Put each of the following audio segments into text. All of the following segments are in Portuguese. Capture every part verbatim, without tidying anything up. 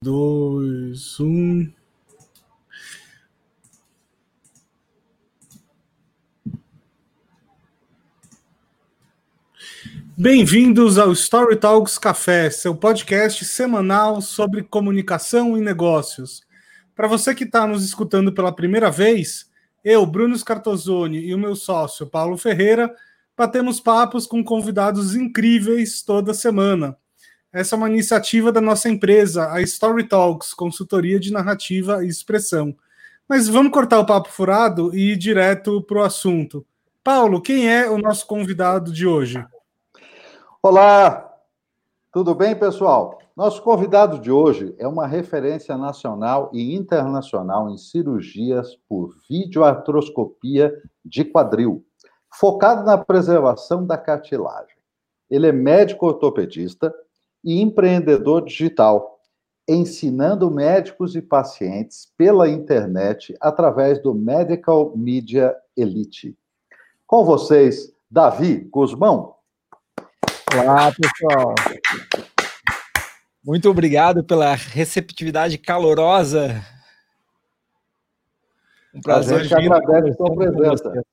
Dois, um. Bem-vindos ao Story Talks Café, seu podcast semanal sobre comunicação e negócios. Para você que está nos escutando pela primeira vez, eu, Bruno Scartozoni, e o meu sócio, Paulo Ferreira, batemos papos com convidados incríveis toda semana. Essa é uma iniciativa da nossa empresa, a Story Talks, consultoria de narrativa e expressão. Mas vamos cortar o papo furado e ir direto para o assunto. Paulo, quem é o nosso convidado de hoje? Olá, tudo bem, pessoal? Nosso convidado de hoje é uma referência nacional e internacional em cirurgias por videoartroscopia de quadril, focado na preservação da cartilagem. Ele é médico ortopedista e empreendedor digital, ensinando médicos e pacientes pela internet através do Medical Media Elite. Com vocês, Davi Guzmão. Olá, pessoal. Muito obrigado pela receptividade calorosa. Um prazer. A gente agradece a sua presença.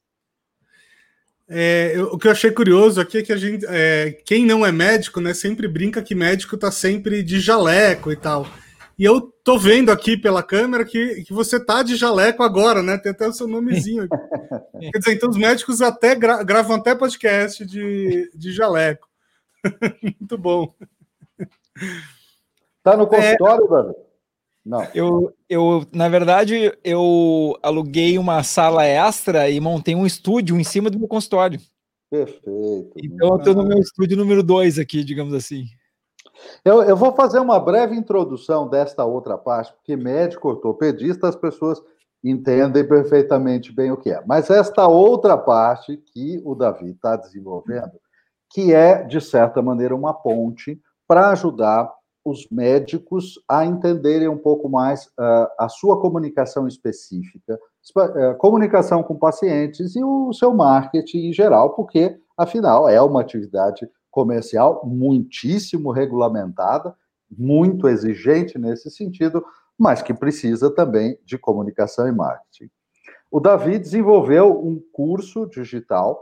É, eu, o que eu achei curioso aqui é que a gente, é, quem não é médico, né, sempre brinca que médico tá sempre de jaleco e tal. E eu tô vendo aqui pela câmera que, que você tá de jaleco agora, né? Tem até o seu nomezinho aqui. Quer dizer, então os médicos até gra gravam até podcast de, de jaleco. Muito bom. Tá no consultório, é... Davi? Não. Eu, eu, na verdade, eu aluguei uma sala extra e montei um estúdio em cima do meu consultório. Perfeito. Então, eu estou no meu estúdio número dois aqui, digamos assim. Eu, eu vou fazer uma breve introdução desta outra parte, porque médico ortopedista, as pessoas entendem perfeitamente bem o que é. Mas esta outra parte que o Davi está desenvolvendo, que é, de certa maneira, uma ponte para ajudar os médicos a entenderem um pouco mais uh, a sua comunicação específica, uh, comunicação com pacientes e o seu marketing em geral, porque, afinal, é uma atividade comercial muitíssimo regulamentada, muito exigente nesse sentido, mas que precisa também de comunicação e marketing. O Davi desenvolveu um curso digital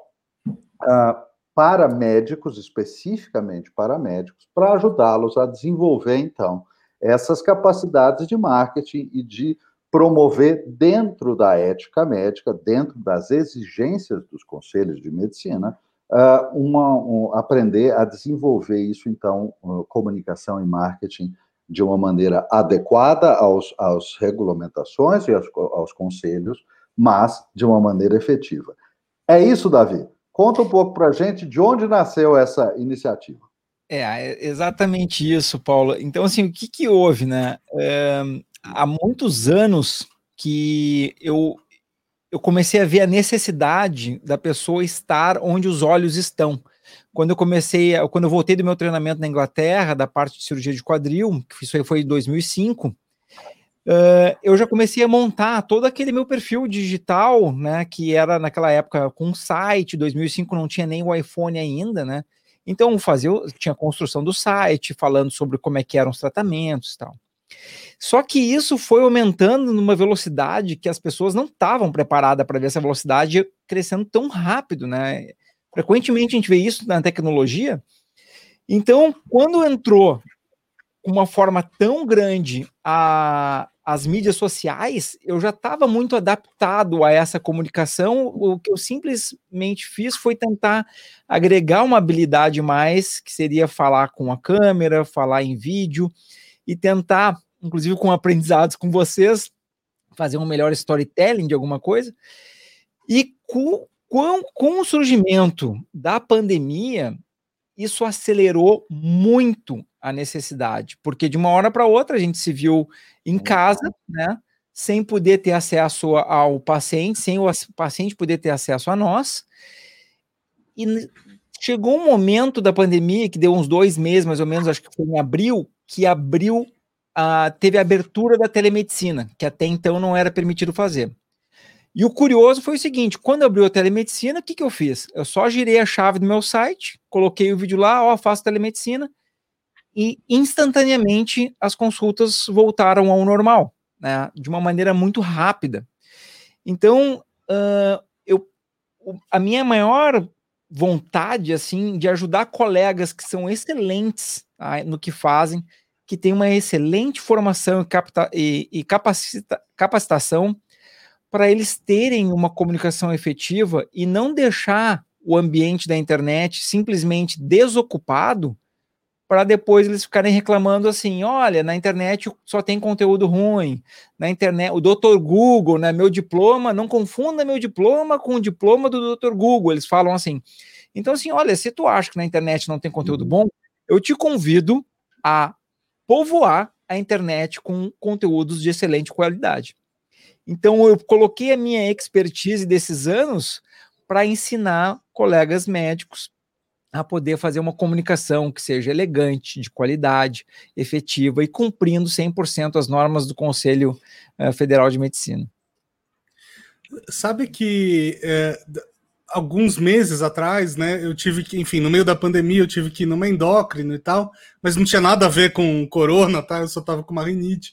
uh, para médicos, especificamente para médicos, para ajudá-los a desenvolver, então, essas capacidades de marketing e de promover dentro da ética médica, dentro das exigências dos conselhos de medicina, uma, um, aprender a desenvolver isso, então, comunicação e marketing de uma maneira adequada aos, às regulamentações e aos, aos conselhos, mas de uma maneira efetiva. É isso, Davi. Conta um pouco para a gente de onde nasceu essa iniciativa. É, exatamente isso, Paulo. Então, assim, o que que houve, né? É, há muitos anos que eu, eu comecei a ver a necessidade da pessoa estar onde os olhos estão. Quando eu comecei, quando eu voltei do meu treinamento na Inglaterra, da parte de cirurgia de quadril, que isso aí foi em dois mil e cinco, Uh, eu já comecei a montar todo aquele meu perfil digital, né, que era naquela época com site, dois mil e cinco não tinha nem o iPhone ainda, né, então fazia, tinha a construção do site, falando sobre como é que eram os tratamentos e tal. Só que isso foi aumentando numa velocidade que as pessoas não estavam preparadas para ver essa velocidade crescendo tão rápido, né, frequentemente a gente vê isso na tecnologia. Então, quando entrou uma forma tão grande a, as mídias sociais, eu já estava muito adaptado a essa comunicação. O que eu simplesmente fiz foi tentar agregar uma habilidade mais, que seria falar com a câmera, falar em vídeo, e tentar, inclusive com aprendizados com vocês, fazer um melhor storytelling de alguma coisa. E com, com, com o surgimento da pandemia, isso acelerou muito a necessidade, porque de uma hora para outra a gente se viu em casa, né, sem poder ter acesso ao paciente, sem o paciente poder ter acesso a nós, e chegou um momento da pandemia, que deu uns dois meses, mais ou menos, acho que foi em abril, que abriu, uh, teve a abertura da telemedicina, que até então não era permitido fazer. E o curioso foi o seguinte, quando abriu a telemedicina, o que que eu fiz? Eu só girei a chave do meu site, coloquei o vídeo lá, ó, faço telemedicina, e instantaneamente as consultas voltaram ao normal, né, de uma maneira muito rápida. Então, uh, eu, a minha maior vontade, assim, de ajudar colegas que são excelentes, tá, no que fazem, que têm uma excelente formação e, capta, e, e capacita, capacitação, para eles terem uma comunicação efetiva e não deixar o ambiente da internet simplesmente desocupado, para depois eles ficarem reclamando assim, olha, na internet só tem conteúdo ruim, na internet, o doutor Google, né, meu diploma, não confunda meu diploma com o diploma do doutor Google, eles falam assim. Então, assim, olha, se tu acha que na internet não tem conteúdo bom, eu te convido a povoar a internet com conteúdos de excelente qualidade. Então, eu coloquei a minha expertise desses anos para ensinar colegas médicos a poder fazer uma comunicação que seja elegante, de qualidade, efetiva e cumprindo cem por cento as normas do Conselho uh, Federal de Medicina. Sabe que é, alguns meses atrás, né, eu tive que, enfim, no meio da pandemia eu tive que ir numa endócrina e tal, mas não tinha nada a ver com corona, tá? Eu só tava com uma rinite.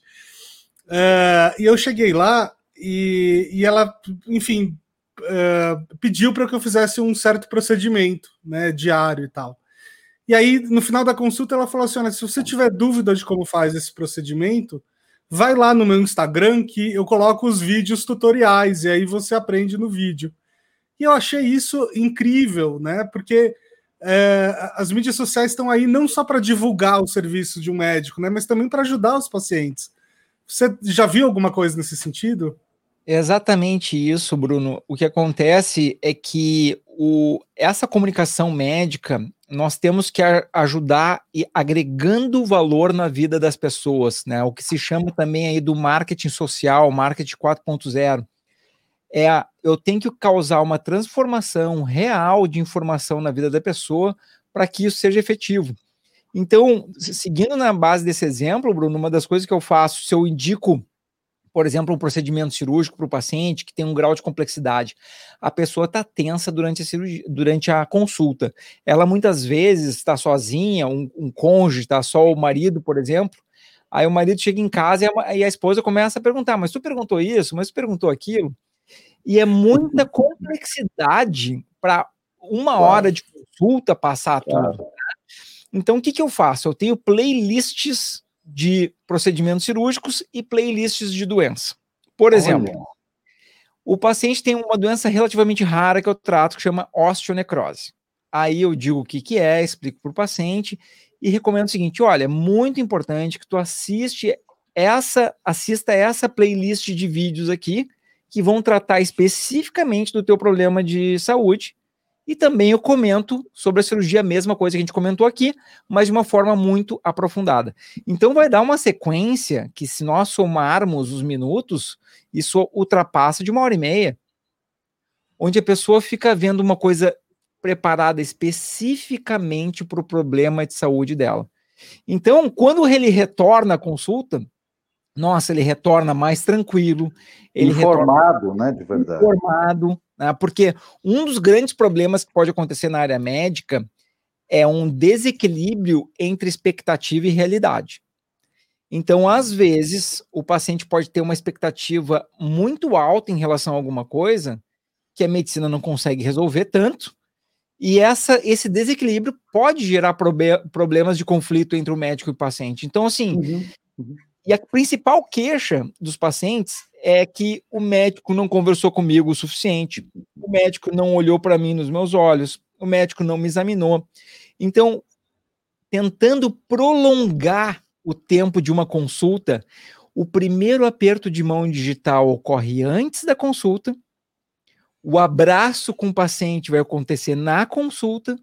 É, e eu cheguei lá e, e ela, enfim, Uh, pediu para que eu fizesse um certo procedimento, né, diário e tal. E aí, no final da consulta, ela falou assim, olha, se você tiver dúvida de como faz esse procedimento, vai lá no meu Instagram que eu coloco os vídeos tutoriais e aí você aprende no vídeo. E eu achei isso incrível, né, porque é, as mídias sociais estão aí não só para divulgar o serviço de um médico, né, mas também para ajudar os pacientes. Você já viu alguma coisa nesse sentido? É exatamente isso, Bruno. O que acontece é que o, essa comunicação médica, nós temos que a, ajudar e agregando valor na vida das pessoas, né? O que se chama também aí do marketing social, marketing quatro ponto zero. É, eu tenho que causar uma transformação real de informação na vida da pessoa para que isso seja efetivo. Então, seguindo na base desse exemplo, Bruno, uma das coisas que eu faço, se eu indico, por exemplo, um procedimento cirúrgico para o paciente que tem um grau de complexidade, a pessoa está tensa durante a, cirurgia, durante a consulta. Ela muitas vezes está sozinha, um, um cônjuge, está só o marido, por exemplo, aí o marido chega em casa e a, e a esposa começa a perguntar, mas tu perguntou isso, mas tu perguntou aquilo? E é muita complexidade para uma hora de consulta passar tudo. Então, o que, que eu faço? Eu tenho playlists de procedimentos cirúrgicos e playlists de doença. Por exemplo, Olha. o paciente tem uma doença relativamente rara que eu trato, que chama osteonecrose. Aí eu digo o que, que é, explico para o paciente e recomendo o seguinte, olha, é muito importante que tu assiste essa, assista essa playlist de vídeos aqui, que vão tratar especificamente do teu problema de saúde, e também eu comento sobre a cirurgia, a mesma coisa que a gente comentou aqui, mas de uma forma muito aprofundada. Então vai dar uma sequência que, se nós somarmos os minutos, isso ultrapassa de uma hora e meia, onde a pessoa fica vendo uma coisa preparada especificamente para o problema de saúde dela. Então, quando ele retorna à consulta, nossa, ele retorna mais tranquilo. Ele informado, retorna né, de verdade. Informado, né, porque um dos grandes problemas que pode acontecer na área médica é um desequilíbrio entre expectativa e realidade. Então, às vezes, o paciente pode ter uma expectativa muito alta em relação a alguma coisa que a medicina não consegue resolver tanto, e essa, esse desequilíbrio pode gerar probe- problemas de conflito entre o médico e o paciente. Então, assim, uhum, uhum. E a principal queixa dos pacientes é que o médico não conversou comigo o suficiente, o médico não olhou para mim nos meus olhos, o médico não me examinou. Então, tentando prolongar o tempo de uma consulta, o primeiro aperto de mão digital ocorre antes da consulta, o abraço com o paciente vai acontecer na consulta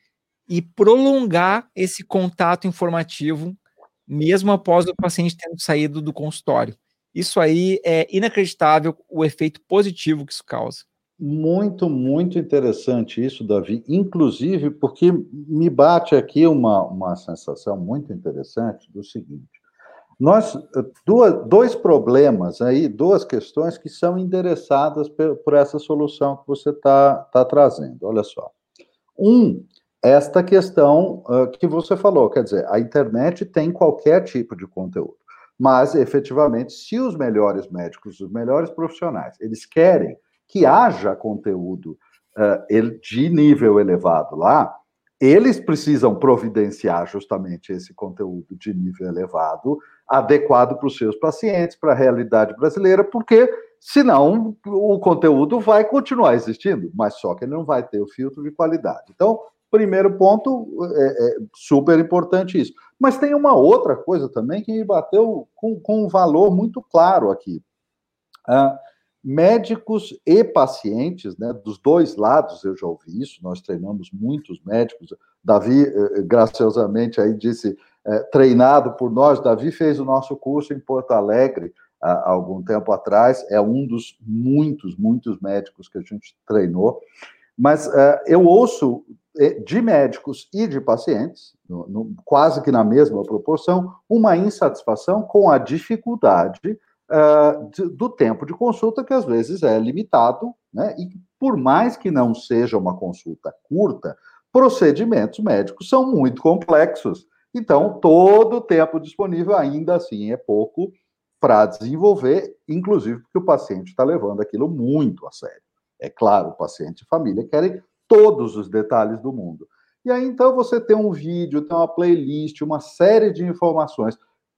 e prolongar esse contato informativo mesmo após o paciente tendo saído do consultório. Isso aí é inacreditável, o efeito positivo que isso causa. Muito, muito interessante isso, Davi. Inclusive, porque me bate aqui uma, uma sensação muito interessante do seguinte. Nós, duas, dois problemas aí, duas questões que são endereçadas por, por essa solução que você está tá trazendo. Olha só. Um esta questão uh, que você falou, quer dizer, a internet tem qualquer tipo de conteúdo, mas, efetivamente, se os melhores médicos, os melhores profissionais, eles querem que haja conteúdo uh, de nível elevado lá, eles precisam providenciar justamente esse conteúdo de nível elevado, adequado para os seus pacientes, para a realidade brasileira, porque senão o conteúdo vai continuar existindo, mas só que ele não vai ter o filtro de qualidade. Então, primeiro ponto, é, é super importante isso. Mas tem uma outra coisa também que me bateu com, com um valor muito claro aqui. Ah, médicos e pacientes, né, dos dois lados, eu já ouvi isso, nós treinamos muitos médicos, Davi, graciosamente, aí disse, é, treinado por nós, Davi fez o nosso curso em Porto Alegre, há algum tempo atrás, é um dos muitos, muitos médicos que a gente treinou, mas uh, eu ouço de médicos e de pacientes, no, no, quase que na mesma proporção, uma insatisfação com a dificuldade uh, de, do tempo de consulta, que às vezes é limitado, né? E por mais que não seja uma consulta curta, procedimentos médicos são muito complexos. Então, todo o tempo disponível ainda assim é pouco para desenvolver, inclusive porque o paciente está levando aquilo muito a sério. É claro, o paciente e a família querem todos os detalhes do mundo. E aí, então, você tem um vídeo, tem uma playlist, uma série de informações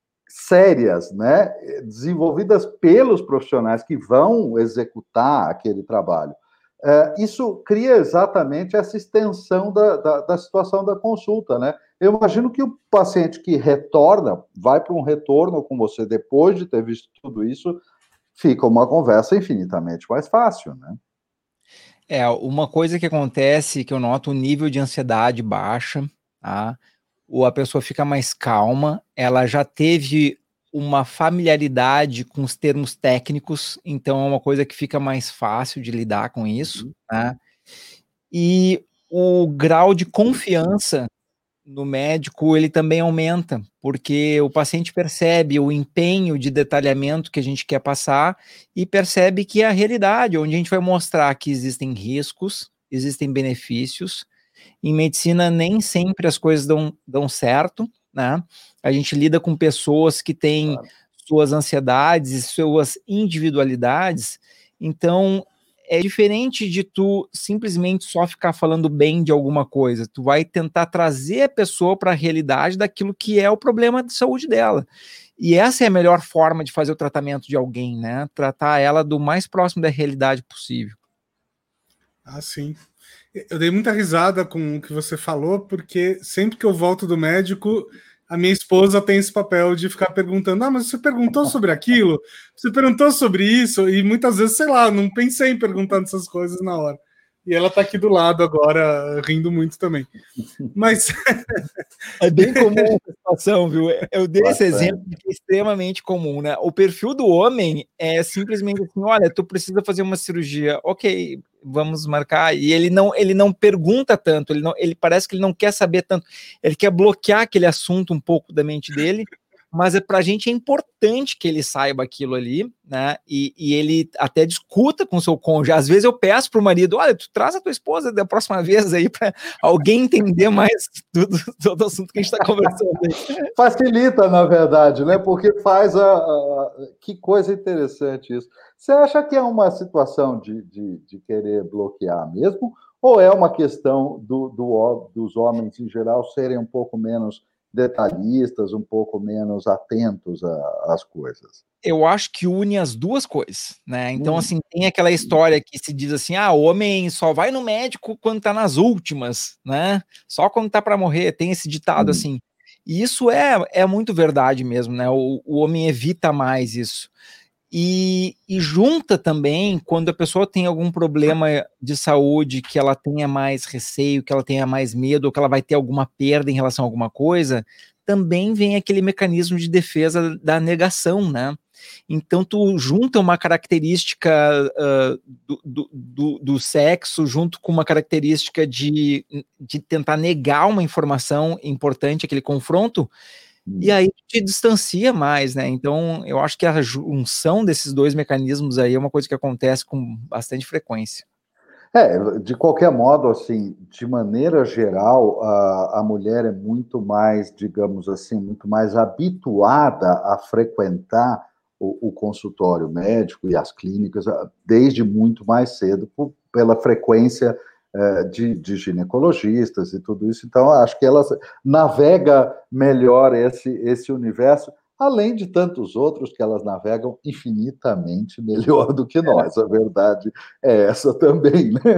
sérias, né, desenvolvidas pelos profissionais que vão executar aquele trabalho. É, isso cria exatamente essa extensão da, da, da situação da consulta, né? Eu imagino que o paciente que retorna, vai para um retorno com você depois de ter visto tudo isso, fica uma conversa infinitamente mais fácil, né? É, uma coisa que acontece, que eu noto, o nível de ansiedade baixa, tá? Ou a pessoa fica mais calma, ela já teve uma familiaridade com os termos técnicos, então é uma coisa que fica mais fácil de lidar com isso, uhum. Tá? E o grau de confiança no médico, ele também aumenta, porque o paciente percebe o empenho de detalhamento que a gente quer passar e percebe que é a realidade, onde a gente vai mostrar que existem riscos, existem benefícios. Em medicina, nem sempre as coisas dão, dão certo, né? A gente lida com pessoas que têm claro. Suas ansiedades e suas individualidades, então é diferente de tu simplesmente só ficar falando bem de alguma coisa. Tu vai tentar trazer a pessoa para a realidade daquilo que é o problema de saúde dela. E essa é a melhor forma de fazer o tratamento de alguém, né? Tratar ela do mais próximo da realidade possível. Ah, sim. Eu dei muita risada com o que você falou, porque sempre que eu volto do médico, a minha esposa tem esse papel de ficar perguntando, ah, mas você perguntou sobre aquilo? Você perguntou sobre isso? E muitas vezes, sei lá, não pensei em perguntar essas coisas na hora. E ela tá aqui do lado agora, rindo muito também. Mas... é bem comum essa situação, viu? Eu dei esse exemplo que é extremamente comum, né? O perfil do homem é simplesmente assim, olha, tu precisa fazer uma cirurgia, ok, vamos marcar, e ele não, ele não pergunta tanto, ele, não, ele parece que ele não quer saber tanto, ele quer bloquear aquele assunto um pouco da mente dele, mas é, pra gente é importante que ele saiba aquilo ali, né, e, e ele até discuta com o seu cônjuge. Às vezes eu peço pro marido, olha, tu traz a tua esposa da próxima vez aí para alguém entender mais do, do, do assunto que a gente está conversando aí. Facilita, na verdade, né, porque faz a, a... Que coisa interessante isso. Você acha que é uma situação de, de, de querer bloquear mesmo, ou é uma questão do, do, dos homens em geral serem um pouco menos detalhistas, um pouco menos atentos às coisas? Eu acho que une as duas coisas, né? Então, hum. assim, tem aquela história que se diz assim, ah, o homem só vai no médico quando tá nas últimas, né? Só quando tá para morrer, tem esse ditado hum. assim. E isso é, é muito verdade mesmo, né? O, o homem evita mais isso. E, e junta também, quando a pessoa tem algum problema de saúde, que ela tenha mais receio, que ela tenha mais medo, ou que ela vai ter alguma perda em relação a alguma coisa, também vem aquele mecanismo de defesa da negação, né? Então tu junta uma característica uh, do, do, do, do sexo junto com uma característica de, de tentar negar uma informação importante, aquele confronto, e aí te distancia mais, né? Então, eu acho que a junção desses dois mecanismos aí é uma coisa que acontece com bastante frequência. É, de qualquer modo, assim, de maneira geral, a, a mulher é muito mais, digamos assim, muito mais habituada a frequentar o, o consultório médico e as clínicas desde muito mais cedo, por, pela frequência eh, de, de ginecologistas e tudo isso. Então, acho que ela navega melhor esse, esse universo, além de tantos outros que elas navegam infinitamente melhor do que nós. A verdade é essa também, né?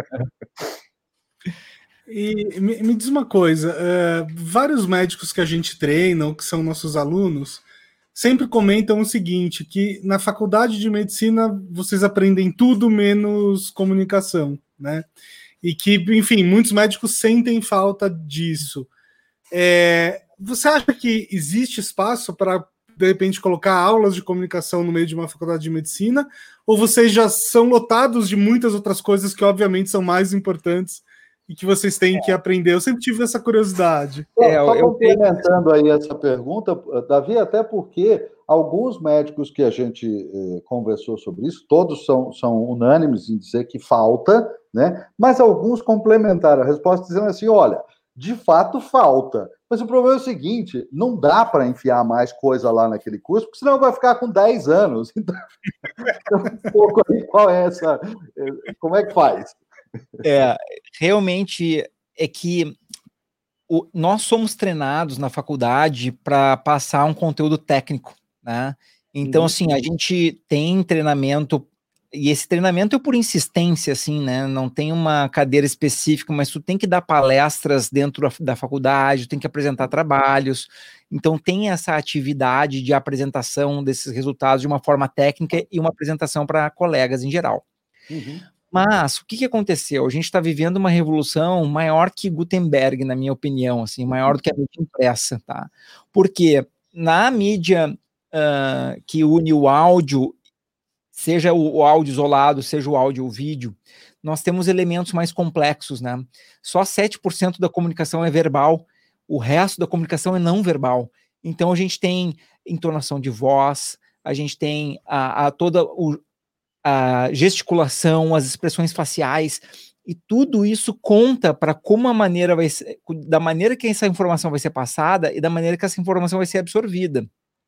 E me, me diz uma coisa, é, vários médicos que a gente treina, ou que são nossos alunos, sempre comentam o seguinte, que na faculdade de medicina vocês aprendem tudo menos comunicação, né? E que, enfim, muitos médicos sentem falta disso. É, você acha que existe espaço para, de repente, colocar aulas de comunicação no meio de uma faculdade de medicina? Ou vocês já são lotados de muitas outras coisas que, obviamente, são mais importantes e que vocês têm que aprender? Eu sempre tive essa curiosidade. É, Só eu complementando aí essa pergunta, Davi, até porque alguns médicos que a gente eh, conversou sobre isso, todos são, são unânimes em dizer que falta, né? Mas alguns complementaram a resposta dizendo assim, olha, de fato falta. Mas o problema é o seguinte, não dá para enfiar mais coisa lá naquele curso, porque senão vai ficar com dez anos. Então, um pouco aí, qual é essa... Como é que faz? É, realmente é que o, nós somos treinados na faculdade para passar um conteúdo técnico, né? Então, uhum. assim, a gente tem treinamento, e esse treinamento é por insistência, assim, né? Não tem uma cadeira específica, mas tu tem que dar palestras dentro da, da faculdade, tem que apresentar trabalhos, então tem essa atividade de apresentação desses resultados de uma forma técnica e uma apresentação para colegas em geral. Uhum. Mas o que, que aconteceu? A gente está vivendo uma revolução maior que Gutenberg, na minha opinião, assim, maior do que a mídia impressa, tá? Porque na mídia uh, que une o áudio, seja o, o áudio isolado, seja o áudio ou o vídeo, nós temos elementos mais complexos, né? Só sete por cento da comunicação é verbal, o resto da comunicação é não verbal. Então a gente tem entonação de voz, a gente tem a, a toda o a gesticulação, as expressões faciais, e tudo isso conta para como a maneira vai ser, da maneira que essa informação vai ser passada e da maneira que essa informação vai ser absorvida.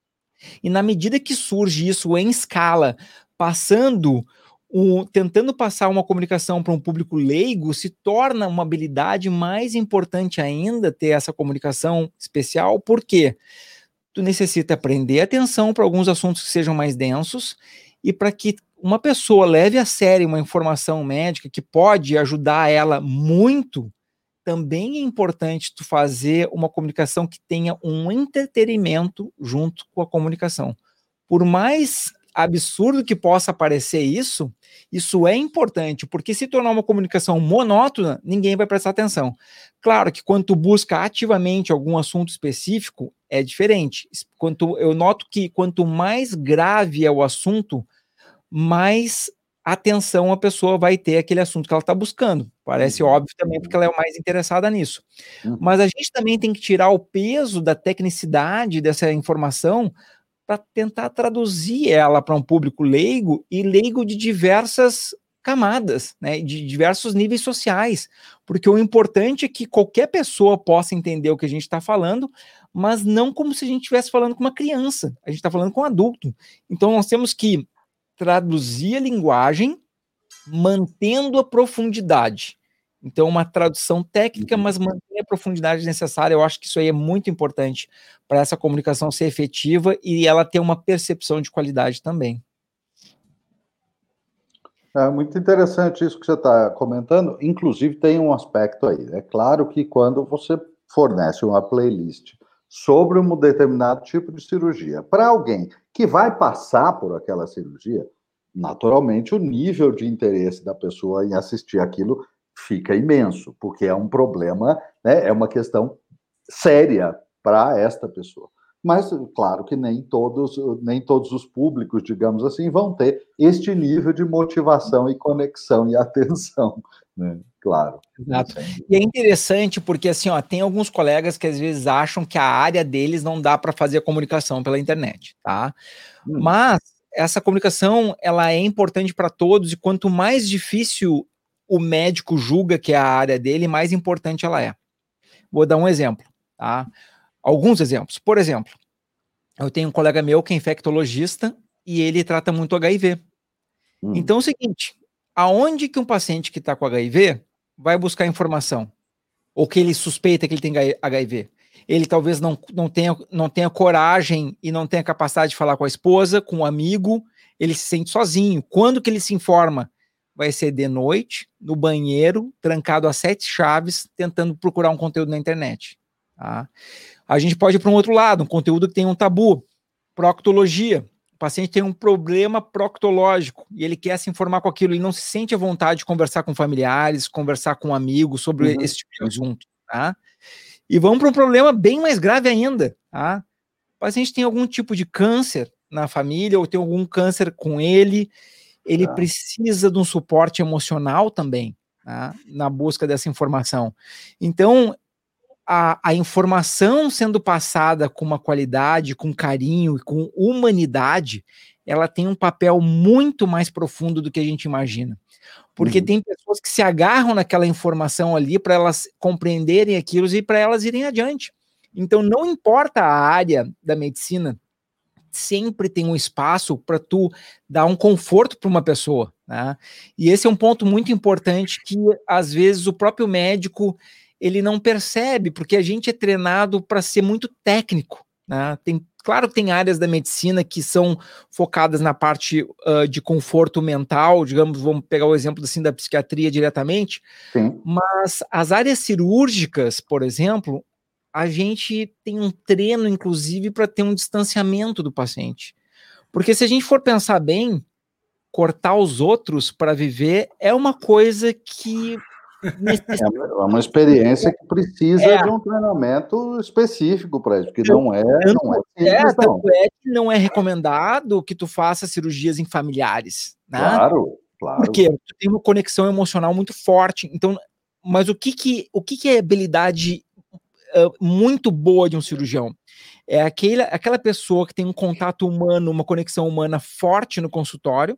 E na medida que surge isso em escala, passando, o, tentando passar uma comunicação para um público leigo, se torna uma habilidade mais importante ainda ter essa comunicação especial, porque tu necessita aprender atenção para alguns assuntos que sejam mais densos, e para que uma pessoa leve a sério uma informação médica que pode ajudar ela muito, também é importante tu fazer uma comunicação que tenha um entretenimento junto com a comunicação. Por mais absurdo que possa parecer isso, isso é importante, porque se tornar uma comunicação monótona, ninguém vai prestar atenção. Claro que quando tu busca ativamente algum assunto específico, é diferente. Quanto, eu noto que quanto mais grave é o assunto, mais atenção a pessoa vai ter aquele assunto que ela está buscando. Parece uhum. óbvio também, porque ela é mais interessada nisso. Uhum. Mas a gente também tem que tirar o peso da tecnicidade dessa informação para tentar traduzir ela para um público leigo, e leigo de diversas camadas, né, de diversos níveis sociais, porque o importante é que qualquer pessoa possa entender o que a gente está falando, mas não como se a gente estivesse falando com uma criança, a gente está falando com um adulto. Então nós temos que traduzir a linguagem, mantendo a profundidade. Então, uma tradução técnica, mas manter a profundidade necessária. Eu acho que isso aí é muito importante para essa comunicação ser efetiva e ela ter uma percepção de qualidade também. É muito interessante isso que você está comentando. Inclusive, tem um aspecto aí. É claro que quando você fornece uma playlist sobre um determinado tipo de cirurgia para alguém que vai passar por aquela cirurgia, naturalmente o nível de interesse da pessoa em assistir aquilo fica imenso, porque é um problema, né, é uma questão séria para esta pessoa. Mas, claro que nem todos, nem todos os públicos, digamos assim, vão ter este nível de motivação e conexão e atenção, né? Claro. Exato. E é interessante porque, assim, ó, tem alguns colegas que às vezes acham que a área deles não dá para fazer a comunicação pela internet, tá? Hum. Mas essa comunicação, ela é importante para todos, e quanto mais difícil o médico julga que é a área dele, mais importante ela é. Vou dar um exemplo, tá? Alguns exemplos. Por exemplo, eu tenho um colega meu que é infectologista e ele trata muito H I V. Hum. Então é o seguinte, aonde que um paciente que está com H I V vai buscar informação? Ou que ele suspeita que ele tem H I V? Ele talvez não, não, tenha, não tenha coragem e não tenha capacidade de falar com a esposa, com um amigo, ele se sente sozinho. Quando que ele se informa? Vai ser de noite, no banheiro, trancado a sete chaves, tentando procurar um conteúdo na internet. Tá? A gente pode ir para um outro lado, um conteúdo que tem um tabu. Proctologia. O paciente tem um problema proctológico e ele quer se informar com aquilo, ele não se sente à vontade de conversar com familiares, conversar com amigos sobre uhum. esse tipo de assunto. Tá? E vamos para um problema bem mais grave ainda. Tá? O paciente tem algum tipo de câncer na família ou tem algum câncer com ele, ele tá. precisa de um suporte emocional também, tá? Na busca dessa informação. Então, a, a informação sendo passada com uma qualidade, com carinho e com humanidade, ela tem um papel muito mais profundo do que a gente imagina. Porque uhum. tem pessoas que se agarram naquela informação ali para elas compreenderem aquilo e para elas irem adiante. Então, não importa a área da medicina, sempre tem um espaço para tu dar um conforto para uma pessoa, né? E esse é um ponto muito importante que, às vezes, o próprio médico ele não percebe, porque a gente é treinado para ser muito técnico, né? Tem, claro que tem áreas da medicina que são focadas na parte uh, de conforto mental, digamos, vamos pegar o exemplo assim, da psiquiatria diretamente, Sim. Mas as áreas cirúrgicas, por exemplo, a gente tem um treino, inclusive, para ter um distanciamento do paciente. Porque se a gente for pensar bem, cortar os outros para viver é uma coisa que... É uma experiência que precisa é. de um treinamento específico para isso, porque não é, não é simples, é, não. Tanto é que não é recomendado que tu faça cirurgias em familiares. Né? Claro, claro. Porque tu tem uma conexão emocional muito forte. Então, mas o que, que, o que, que é habilidade uh, muito boa de um cirurgião? É aquele, aquela pessoa que tem um contato humano, uma conexão humana forte no consultório,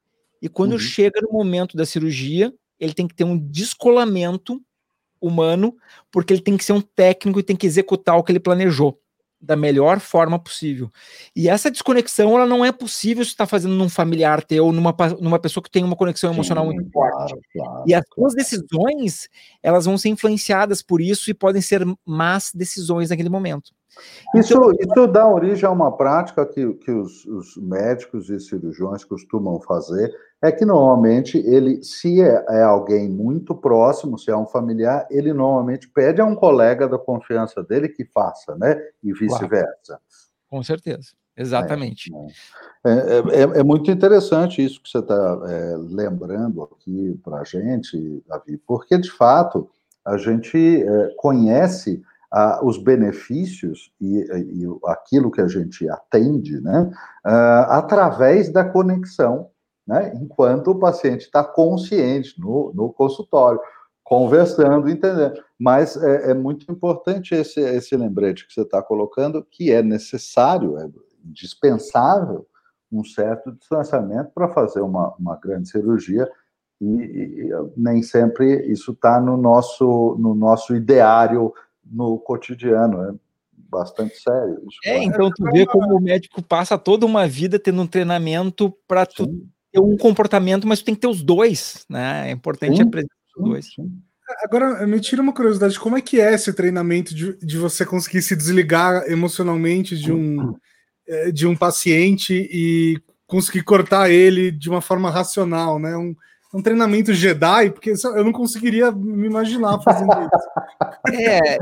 e quando uhum. chega no momento da cirurgia, ele tem que ter um descolamento humano, porque ele tem que ser um técnico e tem que executar o que ele planejou da melhor forma possível. E essa desconexão, ela não é possível se está fazendo num familiar teu, numa, numa pessoa que tem uma conexão emocional Sim, muito claro, forte. Claro, e as suas decisões, elas vão ser influenciadas por isso e podem ser más decisões naquele momento. Isso, então, isso dá origem a uma prática que, que os, os médicos e cirurgiões costumam fazer, é que normalmente ele, se é, é alguém muito próximo, se é um familiar, ele normalmente pede a um colega da confiança dele que faça, né? E vice-versa. Claro. Com certeza, exatamente. É, é, é, é muito interessante isso que você está é, lembrando aqui para a gente, Davi, porque, de fato, a gente é, conhece... Uh, os benefícios e, e aquilo que a gente atende, né, uh, através da conexão, né, enquanto o paciente está consciente no, no consultório, conversando, entendendo. Mas é, é muito importante esse, esse lembrete que você está colocando, que é necessário, é indispensável um certo distanciamento para fazer uma, uma grande cirurgia, e, e nem sempre isso está no nosso, no nosso ideário no cotidiano, é bastante sério. Isso, é, claro. Então tu vê como o médico passa toda uma vida tendo um treinamento para tu ter um comportamento, mas tu tem que ter os dois, né? É importante sim, apresentar os dois. Sim. Agora, me tira uma curiosidade, como é que é esse treinamento de, de você conseguir se desligar emocionalmente de um, de um paciente e conseguir cortar ele de uma forma racional, né? Um, um treinamento Jedi, porque eu não conseguiria me imaginar fazendo isso. É,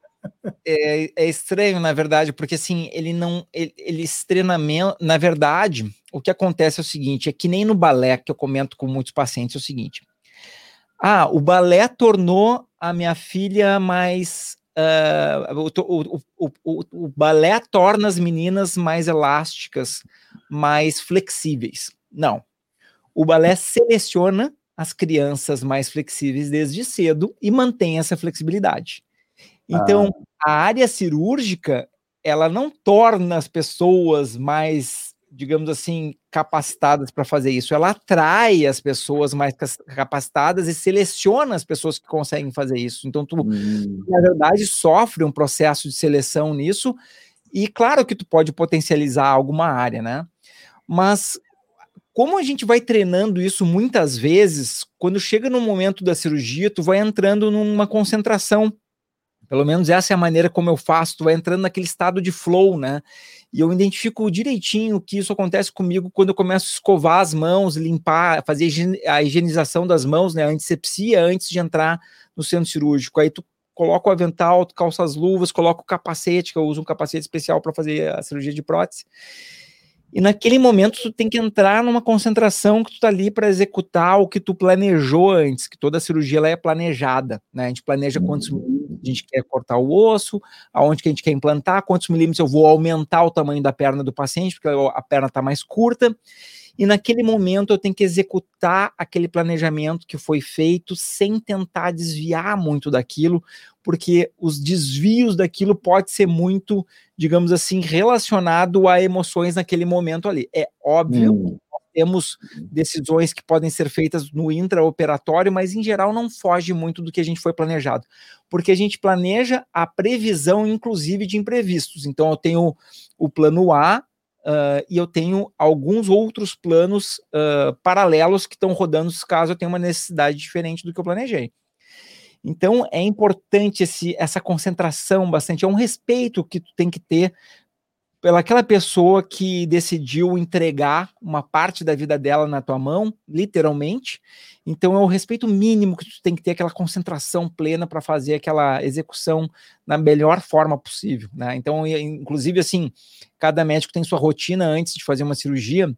é, é estranho, na verdade, porque assim, ele não, ele, ele treinamento, na verdade, o que acontece é o seguinte, é que nem no balé, que eu comento com muitos pacientes, é o seguinte, ah, o balé tornou a minha filha mais, uh, o, o, o, o, o balé torna as meninas mais elásticas, mais flexíveis. Não. O balé seleciona as crianças mais flexíveis desde cedo e mantém essa flexibilidade. Então, ah. a área cirúrgica, ela não torna as pessoas mais digamos assim, capacitadas para fazer isso. Ela atrai as pessoas mais capacitadas e seleciona as pessoas que conseguem fazer isso. Então, tu, hum. na verdade, sofre um processo de seleção nisso, e claro que tu pode potencializar alguma área, né? Mas como a gente vai treinando isso muitas vezes, quando chega no momento da cirurgia, tu vai entrando numa concentração. Pelo menos essa é a maneira como eu faço, tu vai entrando naquele estado de flow, né? E eu identifico direitinho que isso acontece comigo quando eu começo a escovar as mãos, limpar, fazer a higienização das mãos, né? A antisepsia antes de entrar no centro cirúrgico. Aí tu coloca o avental, tu calça as luvas, coloca o capacete, que eu uso um capacete especial para fazer a cirurgia de prótese. E naquele momento tu tem que entrar numa concentração que tu tá ali para executar o que tu planejou antes, que toda a cirurgia ela é planejada, né? A gente planeja quantos milímetros a gente quer cortar o osso, aonde que a gente quer implantar, quantos milímetros eu vou aumentar o tamanho da perna do paciente, porque a perna tá mais curta. E naquele momento eu tenho que executar aquele planejamento que foi feito sem tentar desviar muito daquilo, porque os desvios daquilo pode ser muito, digamos assim, relacionado a emoções naquele momento ali. É óbvio hum. que nós temos decisões que podem ser feitas no intraoperatório, mas em geral não foge muito do que a gente foi planejado, porque a gente planeja a previsão, inclusive, de imprevistos. Então eu tenho o plano A, Uh, e eu tenho alguns outros planos uh, paralelos que estão rodando caso eu tenha uma necessidade diferente do que eu planejei. Então é importante esse, essa concentração bastante, é um respeito que tu tem que ter pelaquela pessoa que decidiu entregar uma parte da vida dela na tua mão, literalmente. Então é o respeito mínimo que tu tem que ter, aquela concentração plena para fazer aquela execução na melhor forma possível, né? Então, inclusive, assim, cada médico tem sua rotina antes de fazer uma cirurgia,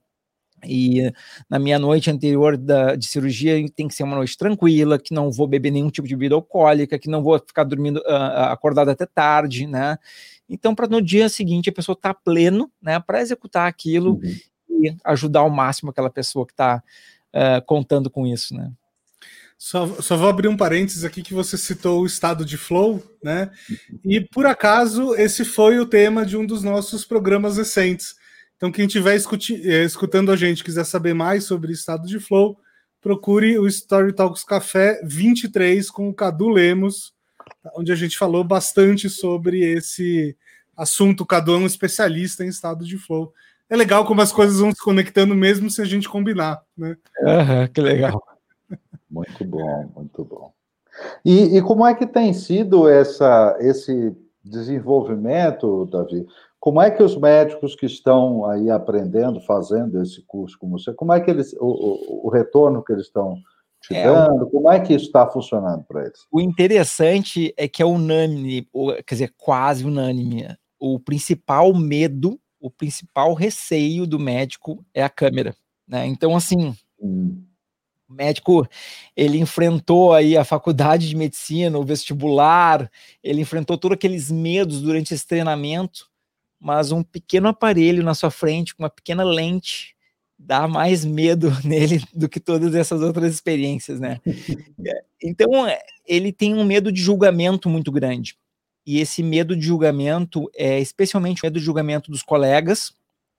e na minha noite anterior da, de cirurgia tem que ser uma noite tranquila, que não vou beber nenhum tipo de bebida alcoólica, que não vou ficar dormindo, uh, acordado até tarde, né? Então, para no dia seguinte a pessoa estar tá pleno, né, para executar aquilo uhum. e ajudar ao máximo aquela pessoa que está uh, contando com isso, né? Só, só vou abrir um parênteses aqui que você citou o estado de flow, né? E por acaso esse foi o tema de um dos nossos programas recentes. Então, quem estiver escutando a gente, quiser saber mais sobre estado de flow, procure o Story Talks Café vinte e três com o Cadu Lemos, onde a gente falou bastante sobre esse assunto. O Cadu é um especialista em estado de flow. É legal como as coisas vão se conectando mesmo se a gente combinar, né? Uhum, que legal. Muito bom, muito bom. E, e como é que tem sido essa, esse desenvolvimento, Davi? Como é que os médicos que estão aí aprendendo, fazendo esse curso com você, como é que eles, o, o, o retorno que eles estão te é, dando, como é que isso está funcionando para eles? O interessante é que é unânime, ou, quer dizer, quase unânime. O principal medo, o principal receio do médico é a câmera, né? Então, assim, hum. o médico, ele enfrentou aí a faculdade de medicina, o vestibular, ele enfrentou todos aqueles medos durante esse treinamento, mas um pequeno aparelho na sua frente, com uma pequena lente, dá mais medo nele do que todas essas outras experiências, né? Então, ele tem um medo de julgamento muito grande. E esse medo de julgamento é especialmente o medo de julgamento dos colegas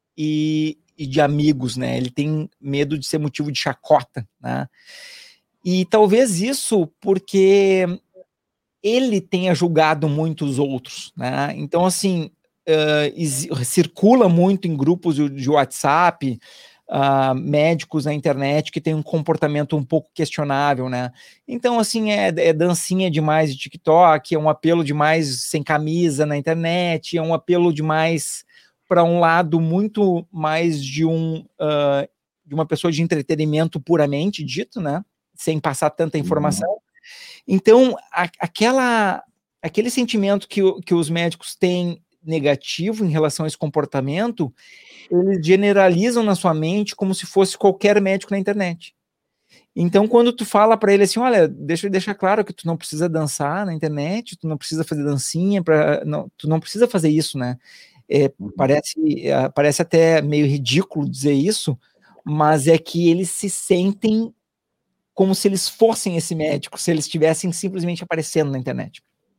e, e de amigos, né? Ele tem medo de ser motivo de chacota, né? E talvez isso porque ele tenha julgado muitos outros, né? Então, assim, uh, circula muito em grupos de, de WhatsApp, Uh, médicos na internet que tem um comportamento um pouco questionável, né? Então, assim, é, é dancinha demais de TikTok, é um apelo demais sem camisa na internet, é um apelo demais para um lado muito mais de um uh, de uma pessoa de entretenimento puramente dito, né? Sem passar tanta informação. Uhum. Então, a, aquela, aquele sentimento que, que os médicos têm negativo em relação a esse comportamento, eles generalizam na sua mente como se fosse qualquer médico na internet. Então, quando tu fala para ele assim, olha, deixa eu deixar claro que tu não precisa dançar na internet, tu não precisa fazer dancinha, pra, não, tu não precisa fazer isso, né? É, parece, é, parece até meio ridículo dizer isso, mas é que eles se sentem como se eles fossem esse médico, se eles estivessem simplesmente aparecendo na internet.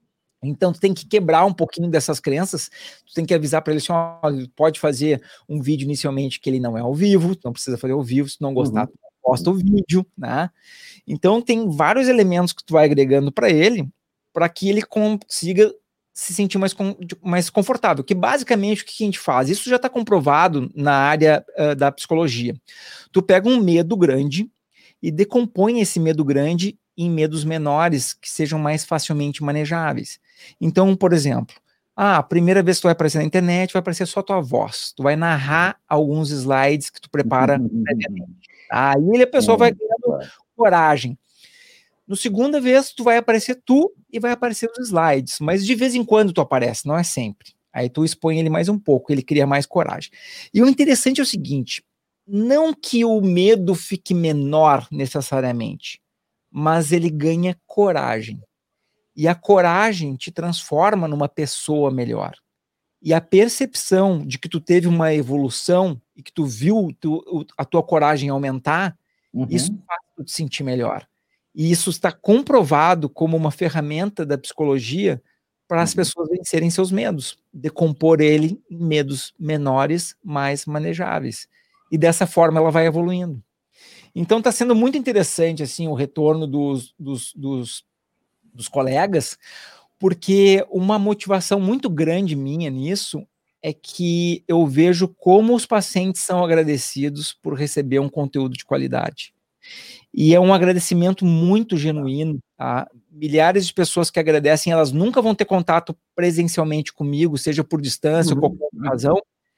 Então, tu tem que quebrar um pouquinho dessas crenças, tu tem que avisar para ele assim, olha, pode fazer um vídeo inicialmente que ele não é ao vivo, não precisa fazer ao vivo, se não gostar, uhum. tu posta o vídeo, né? Então, tem vários elementos que tu vai agregando para ele, para que ele consiga se sentir mais, com, mais confortável, que basicamente o que a gente faz? Isso já está comprovado na área uh, da psicologia. Tu pega um medo grande e decompõe esse medo grande em medos menores que sejam mais facilmente manejáveis. Então, por exemplo, ah, a primeira vez que tu vai aparecer na internet, vai aparecer só tua voz. Tu vai narrar alguns slides que tu prepara previamente. Aí a pessoa vai ganhando coragem. No segunda vez, tu vai aparecer tu e vai aparecer os slides, mas de vez em quando tu aparece, não é sempre. Aí tu expõe ele mais um pouco, ele cria mais coragem. E o interessante é o seguinte, não que o medo fique menor necessariamente, mas ele ganha coragem. E a coragem te transforma numa pessoa melhor. E a percepção de que tu teve uma evolução e que tu viu tu, a tua coragem aumentar, uhum. isso faz tu te sentir melhor. E isso está comprovado como uma ferramenta da psicologia para as uhum. pessoas vencerem seus medos, decompor ele em medos menores, mais manejáveis. E dessa forma ela vai evoluindo. Então está sendo muito interessante assim, o retorno dos, dos, dos, dos colegas, porque uma motivação muito grande minha nisso é que eu vejo como os pacientes são agradecidos por receber um conteúdo de qualidade. E é um agradecimento muito genuíno, tá? Milhares de pessoas que agradecem, elas nunca vão ter contato presencialmente comigo, seja por distância uhum. ou qualquer outra razão,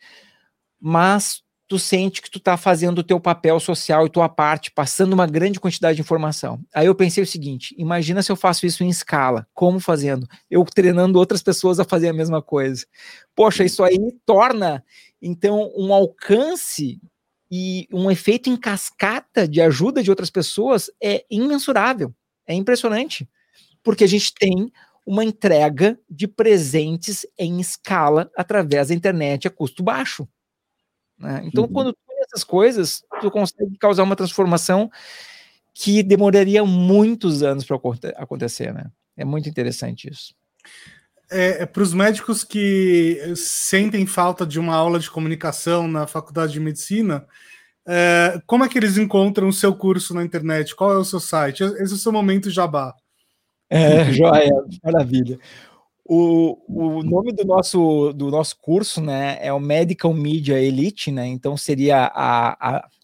mas tu sente que tu tá fazendo o teu papel social e tua parte, passando uma grande quantidade de informação. Aí eu pensei o seguinte, imagina se eu faço isso em escala, como fazendo? Eu treinando outras pessoas a fazer a mesma coisa. Poxa, isso aí torna, então, um alcance e um efeito em cascata de ajuda de outras pessoas é imensurável, é impressionante, porque a gente tem uma entrega de presentes em escala através da internet a custo baixo. Né? Então, uhum. quando tu tem essas coisas, tu consegue causar uma transformação que demoraria muitos anos para acontecer, né? É muito interessante isso. É, é para os médicos que sentem falta de uma aula de comunicação na faculdade de medicina, é, como é que eles encontram o seu curso na internet? Qual é o seu site? Esse é o seu momento jabá. É, joia, maravilha. O, o nome do nosso, do nosso curso, né, é o Medical Media Elite, né, então seria a, a,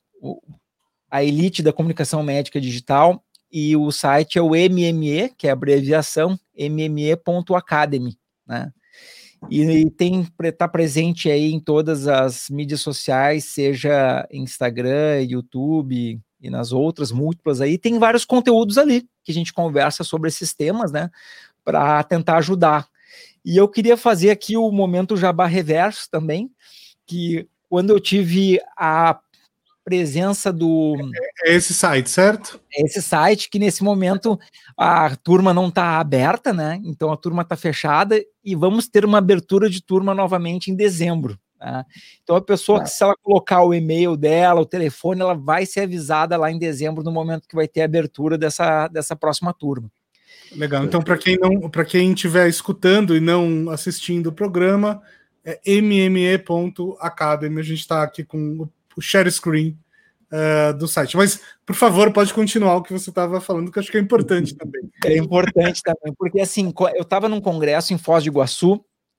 a elite da comunicação médica digital, e o site é o M M E, que é a abreviação, m m e ponto academy, né, e, e tem, tá presente aí em todas as mídias sociais, seja Instagram, YouTube e nas outras múltiplas aí, tem vários conteúdos ali, que a gente conversa sobre esses temas, né, para tentar ajudar. E eu queria fazer aqui o momento jabá reverso também, que quando eu tive a presença do... É esse site, certo? É esse site que nesse momento a turma não está aberta, né? Então a turma está fechada e vamos ter uma abertura de turma novamente em dezembro. Né? Então a pessoa, que, se ela colocar o e-mail dela, o telefone, ela vai ser avisada lá em dezembro, no momento que vai ter a abertura dessa, dessa próxima turma. Legal. Então, para quem não, para quem estiver escutando e não assistindo o programa, é m m e ponto academy. A gente está aqui com o share screen uh, do site. Mas, por favor, pode continuar o que você estava falando, que eu acho que é importante também. É importante também, porque assim, eu estava num congresso em Foz do Iguaçu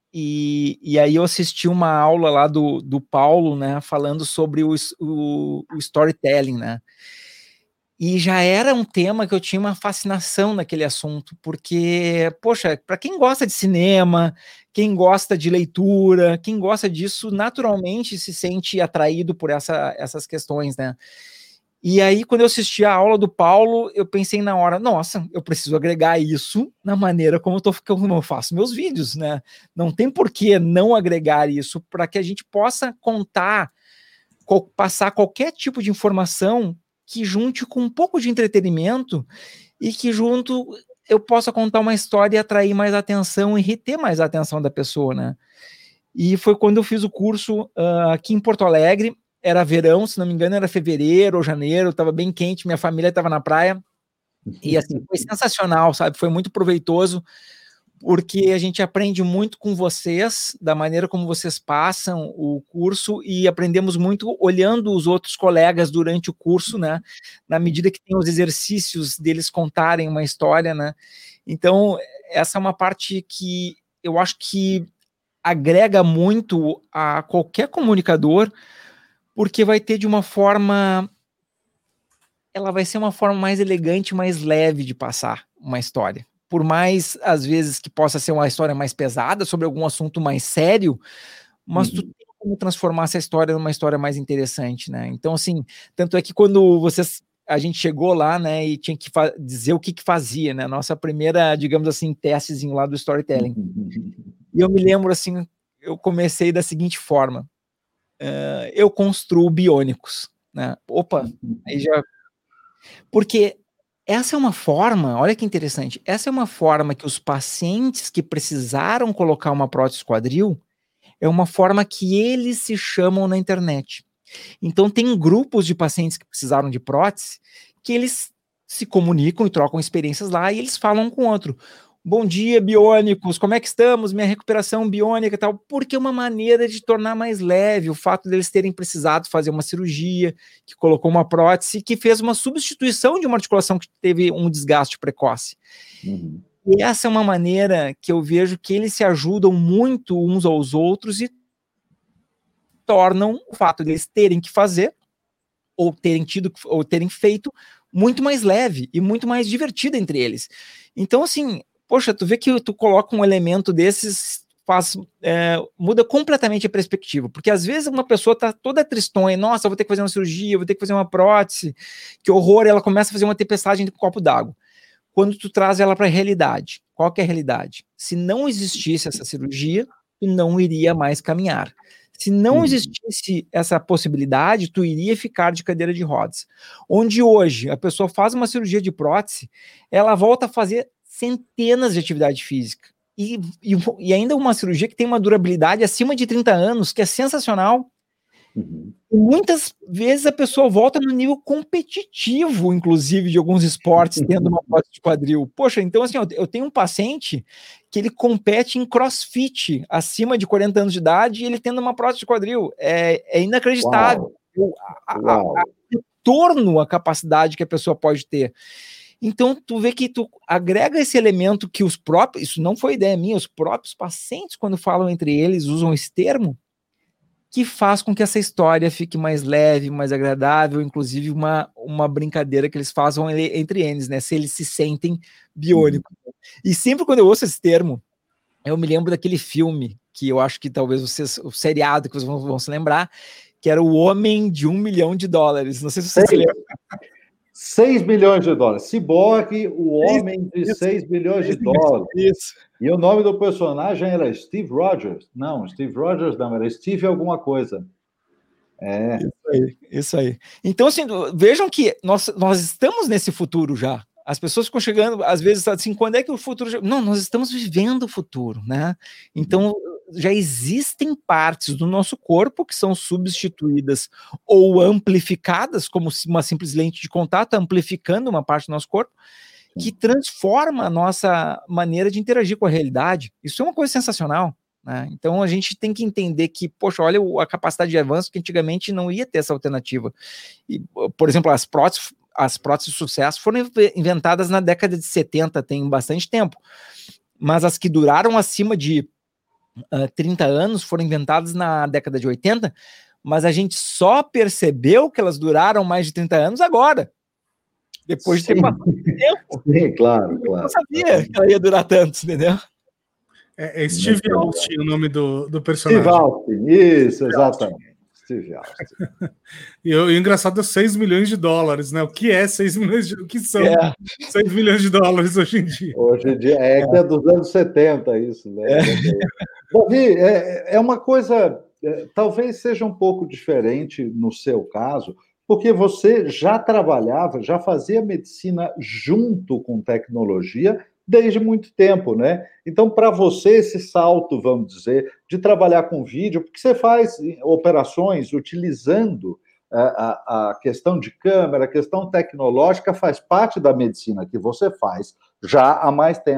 e, e aí eu assisti uma aula lá do, do Paulo, né, falando sobre o, o, o storytelling, né? E já era um tema que eu tinha uma fascinação naquele assunto, porque, poxa, para quem gosta de cinema, quem gosta de leitura, quem gosta disso, naturalmente se sente atraído por essa, essas questões, né? E aí, quando eu assisti a aula do Paulo, eu pensei na hora, nossa, eu preciso agregar isso na maneira como eu, tô, como eu faço meus vídeos, né? Não tem por que não agregar isso para que a gente possa contar, passar qualquer tipo de informação que junte com um pouco de entretenimento e que junto eu possa contar uma história e atrair mais atenção e reter mais a atenção da pessoa, né? E foi quando eu fiz o curso uh, aqui em Porto Alegre, era verão, se não me engano era fevereiro ou janeiro, estava bem quente, minha família estava na praia, e assim, foi sensacional, sabe? Foi muito proveitoso, porque a gente aprende muito com vocês, da maneira como vocês passam o curso, e aprendemos muito olhando os outros colegas durante o curso, né? Na medida que tem os exercícios deles contarem uma história, né? Então, essa é uma parte que eu acho que agrega muito a qualquer comunicador, porque vai ter de uma forma... ela vai ser uma forma mais elegante, mais leve de passar uma história. Por mais, às vezes, que possa ser uma história mais pesada, sobre algum assunto mais sério, mas uhum. tu tem como transformar essa história numa história mais interessante, né? Então, assim, tanto é que quando vocês, a gente chegou lá, né, e tinha que dizer o que que fazia, né? Nossa primeira, digamos assim, testezinho lá do storytelling. E eu me lembro, assim, eu comecei da seguinte forma. Uh, eu construo biônicos, né? Opa, aí já... Porque essa é uma forma, olha que interessante, essa é uma forma que os pacientes que precisaram colocar uma prótese quadril, é uma forma que eles se chamam na internet. Então tem grupos de pacientes que precisaram de prótese, que eles se comunicam e trocam experiências lá, e eles falam um com o outro. Bom dia, biônicos, como é que estamos? Minha recuperação biônica e tal, porque é uma maneira de tornar mais leve o fato deles terem precisado fazer uma cirurgia, que colocou uma prótese, que fez uma substituição de uma articulação que teve um desgaste precoce. Uhum. E essa é uma maneira que eu vejo que eles se ajudam muito uns aos outros e tornam o fato deles terem que fazer, ou terem tido, ou terem feito, muito mais leve e muito mais divertido entre eles. Então, assim, poxa, tu vê que tu coloca um elemento desses, faz, é, muda completamente a perspectiva, porque às vezes uma pessoa tá toda tristonha, nossa, eu vou ter que fazer uma cirurgia, eu vou ter que fazer uma prótese, que horror, ela começa a fazer uma tempestade de um copo d'água. Quando tu traz ela para a realidade, qual que é a realidade? Se não existisse essa cirurgia, tu não iria mais caminhar. Se não existisse essa possibilidade, tu iria ficar de cadeira de rodas. Onde hoje a pessoa faz uma cirurgia de prótese, ela volta a fazer centenas de atividade física. E, e, e ainda uma cirurgia que tem uma durabilidade acima de trinta anos, que é sensacional. Uhum. E muitas vezes a pessoa volta no nível competitivo, inclusive, de alguns esportes, tendo uma prótese de quadril. Poxa, então assim, eu tenho um paciente que ele compete em crossfit acima de quarenta anos de idade e ele tendo uma prótese de quadril. É, é inacreditável o retorno à capacidade que a pessoa pode ter. Então, tu vê que tu agrega esse elemento que os próprios, isso não foi ideia minha, os próprios pacientes, quando falam entre eles, usam esse termo, que faz com que essa história fique mais leve, mais agradável, inclusive uma, uma brincadeira que eles façam entre eles, né? Se eles se sentem biônicos. Uhum. E sempre quando eu ouço esse termo, eu me lembro daquele filme, que eu acho que talvez vocês, o seriado que vocês vão, vão se lembrar, que era O Homem de um Milhão de Dólares. Não sei se vocês se lembram. seis milhões de dólares. Cyborg, o homem de isso, seis milhões de dólares. Isso. E o nome do personagem era Steve Rogers. Não, Steve Rogers não, era Steve alguma coisa. É. Isso aí, isso aí. Então, assim, vejam que nós, nós estamos nesse futuro já. As pessoas ficam chegando, às vezes, assim, quando é que o futuro... Já... Não, nós estamos vivendo o futuro, né? Então, já existem partes do nosso corpo que são substituídas ou amplificadas, como uma simples lente de contato, amplificando uma parte do nosso corpo, que transforma a nossa maneira de interagir com a realidade. Isso é uma coisa sensacional, né? Então, a gente tem que entender que, poxa, olha a capacidade de avanço que antigamente não ia ter essa alternativa. E, por exemplo, as próteses... as próteses de sucesso foram inventadas na década de setenta, tem bastante tempo, mas as que duraram acima de uh, trinta anos foram inventadas na década de oitenta, mas a gente só percebeu que elas duraram mais de trinta anos agora, depois de ter passado tempo. Sim, claro, claro. Eu não sabia que ela ia durar tanto, entendeu? É, é Steve Austin o nome do, do personagem. Steve Austin, isso, exatamente. Steve Austin. E o, e o engraçado é seis milhões de dólares, né? O que é seis milhões de... O que são é. seis milhões de dólares hoje em dia? Hoje em dia, é que é dos anos setenta isso, né? É. Davi, é, é uma coisa, é, talvez seja um pouco diferente no seu caso, porque você já trabalhava, já fazia medicina junto com tecnologia desde muito tempo, né? Então, para você, esse salto, vamos dizer, de trabalhar com vídeo, porque você faz operações utilizando a, a, a questão de câmera, a questão tecnológica faz parte da medicina que você faz já há mais tempo.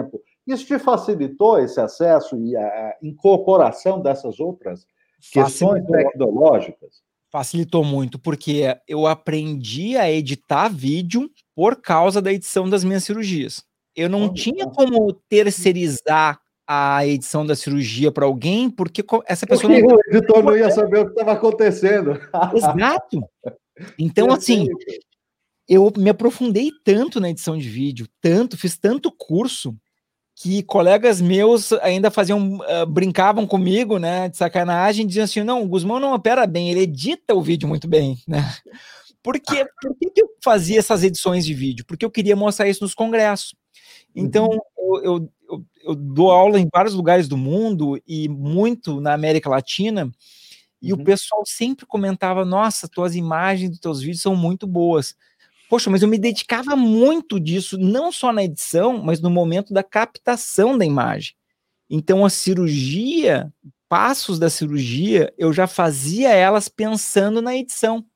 Isso te facilitou esse acesso e a incorporação dessas outras questões Facilitou. tecnológicas? Facilitou muito, porque eu aprendi a editar vídeo por causa da edição das minhas cirurgias. Eu não Olha. tinha como terceirizar a edição da cirurgia para alguém, porque essa pessoa Porque não... o editor não ia saber o que estava acontecendo. Exato. Então, assim, eu me aprofundei tanto na edição de vídeo, tanto, fiz tanto curso, que colegas meus ainda faziam, uh, brincavam comigo, né, de sacanagem, diziam assim, não, o Guzmão não opera bem, ele edita o vídeo muito bem, né? Por quê? Por que eu fazia essas edições de vídeo? Porque eu queria mostrar isso nos congressos. Então, uhum. eu, eu, eu dou aula em vários lugares do mundo e muito na América Latina, e uhum. o pessoal sempre comentava, nossa, tuas imagens dos teus vídeos são muito boas. Poxa, mas eu me dedicava muito disso, não só na edição, mas no momento da captação da imagem. Então, a cirurgia, passos da cirurgia, eu já fazia elas pensando na edição.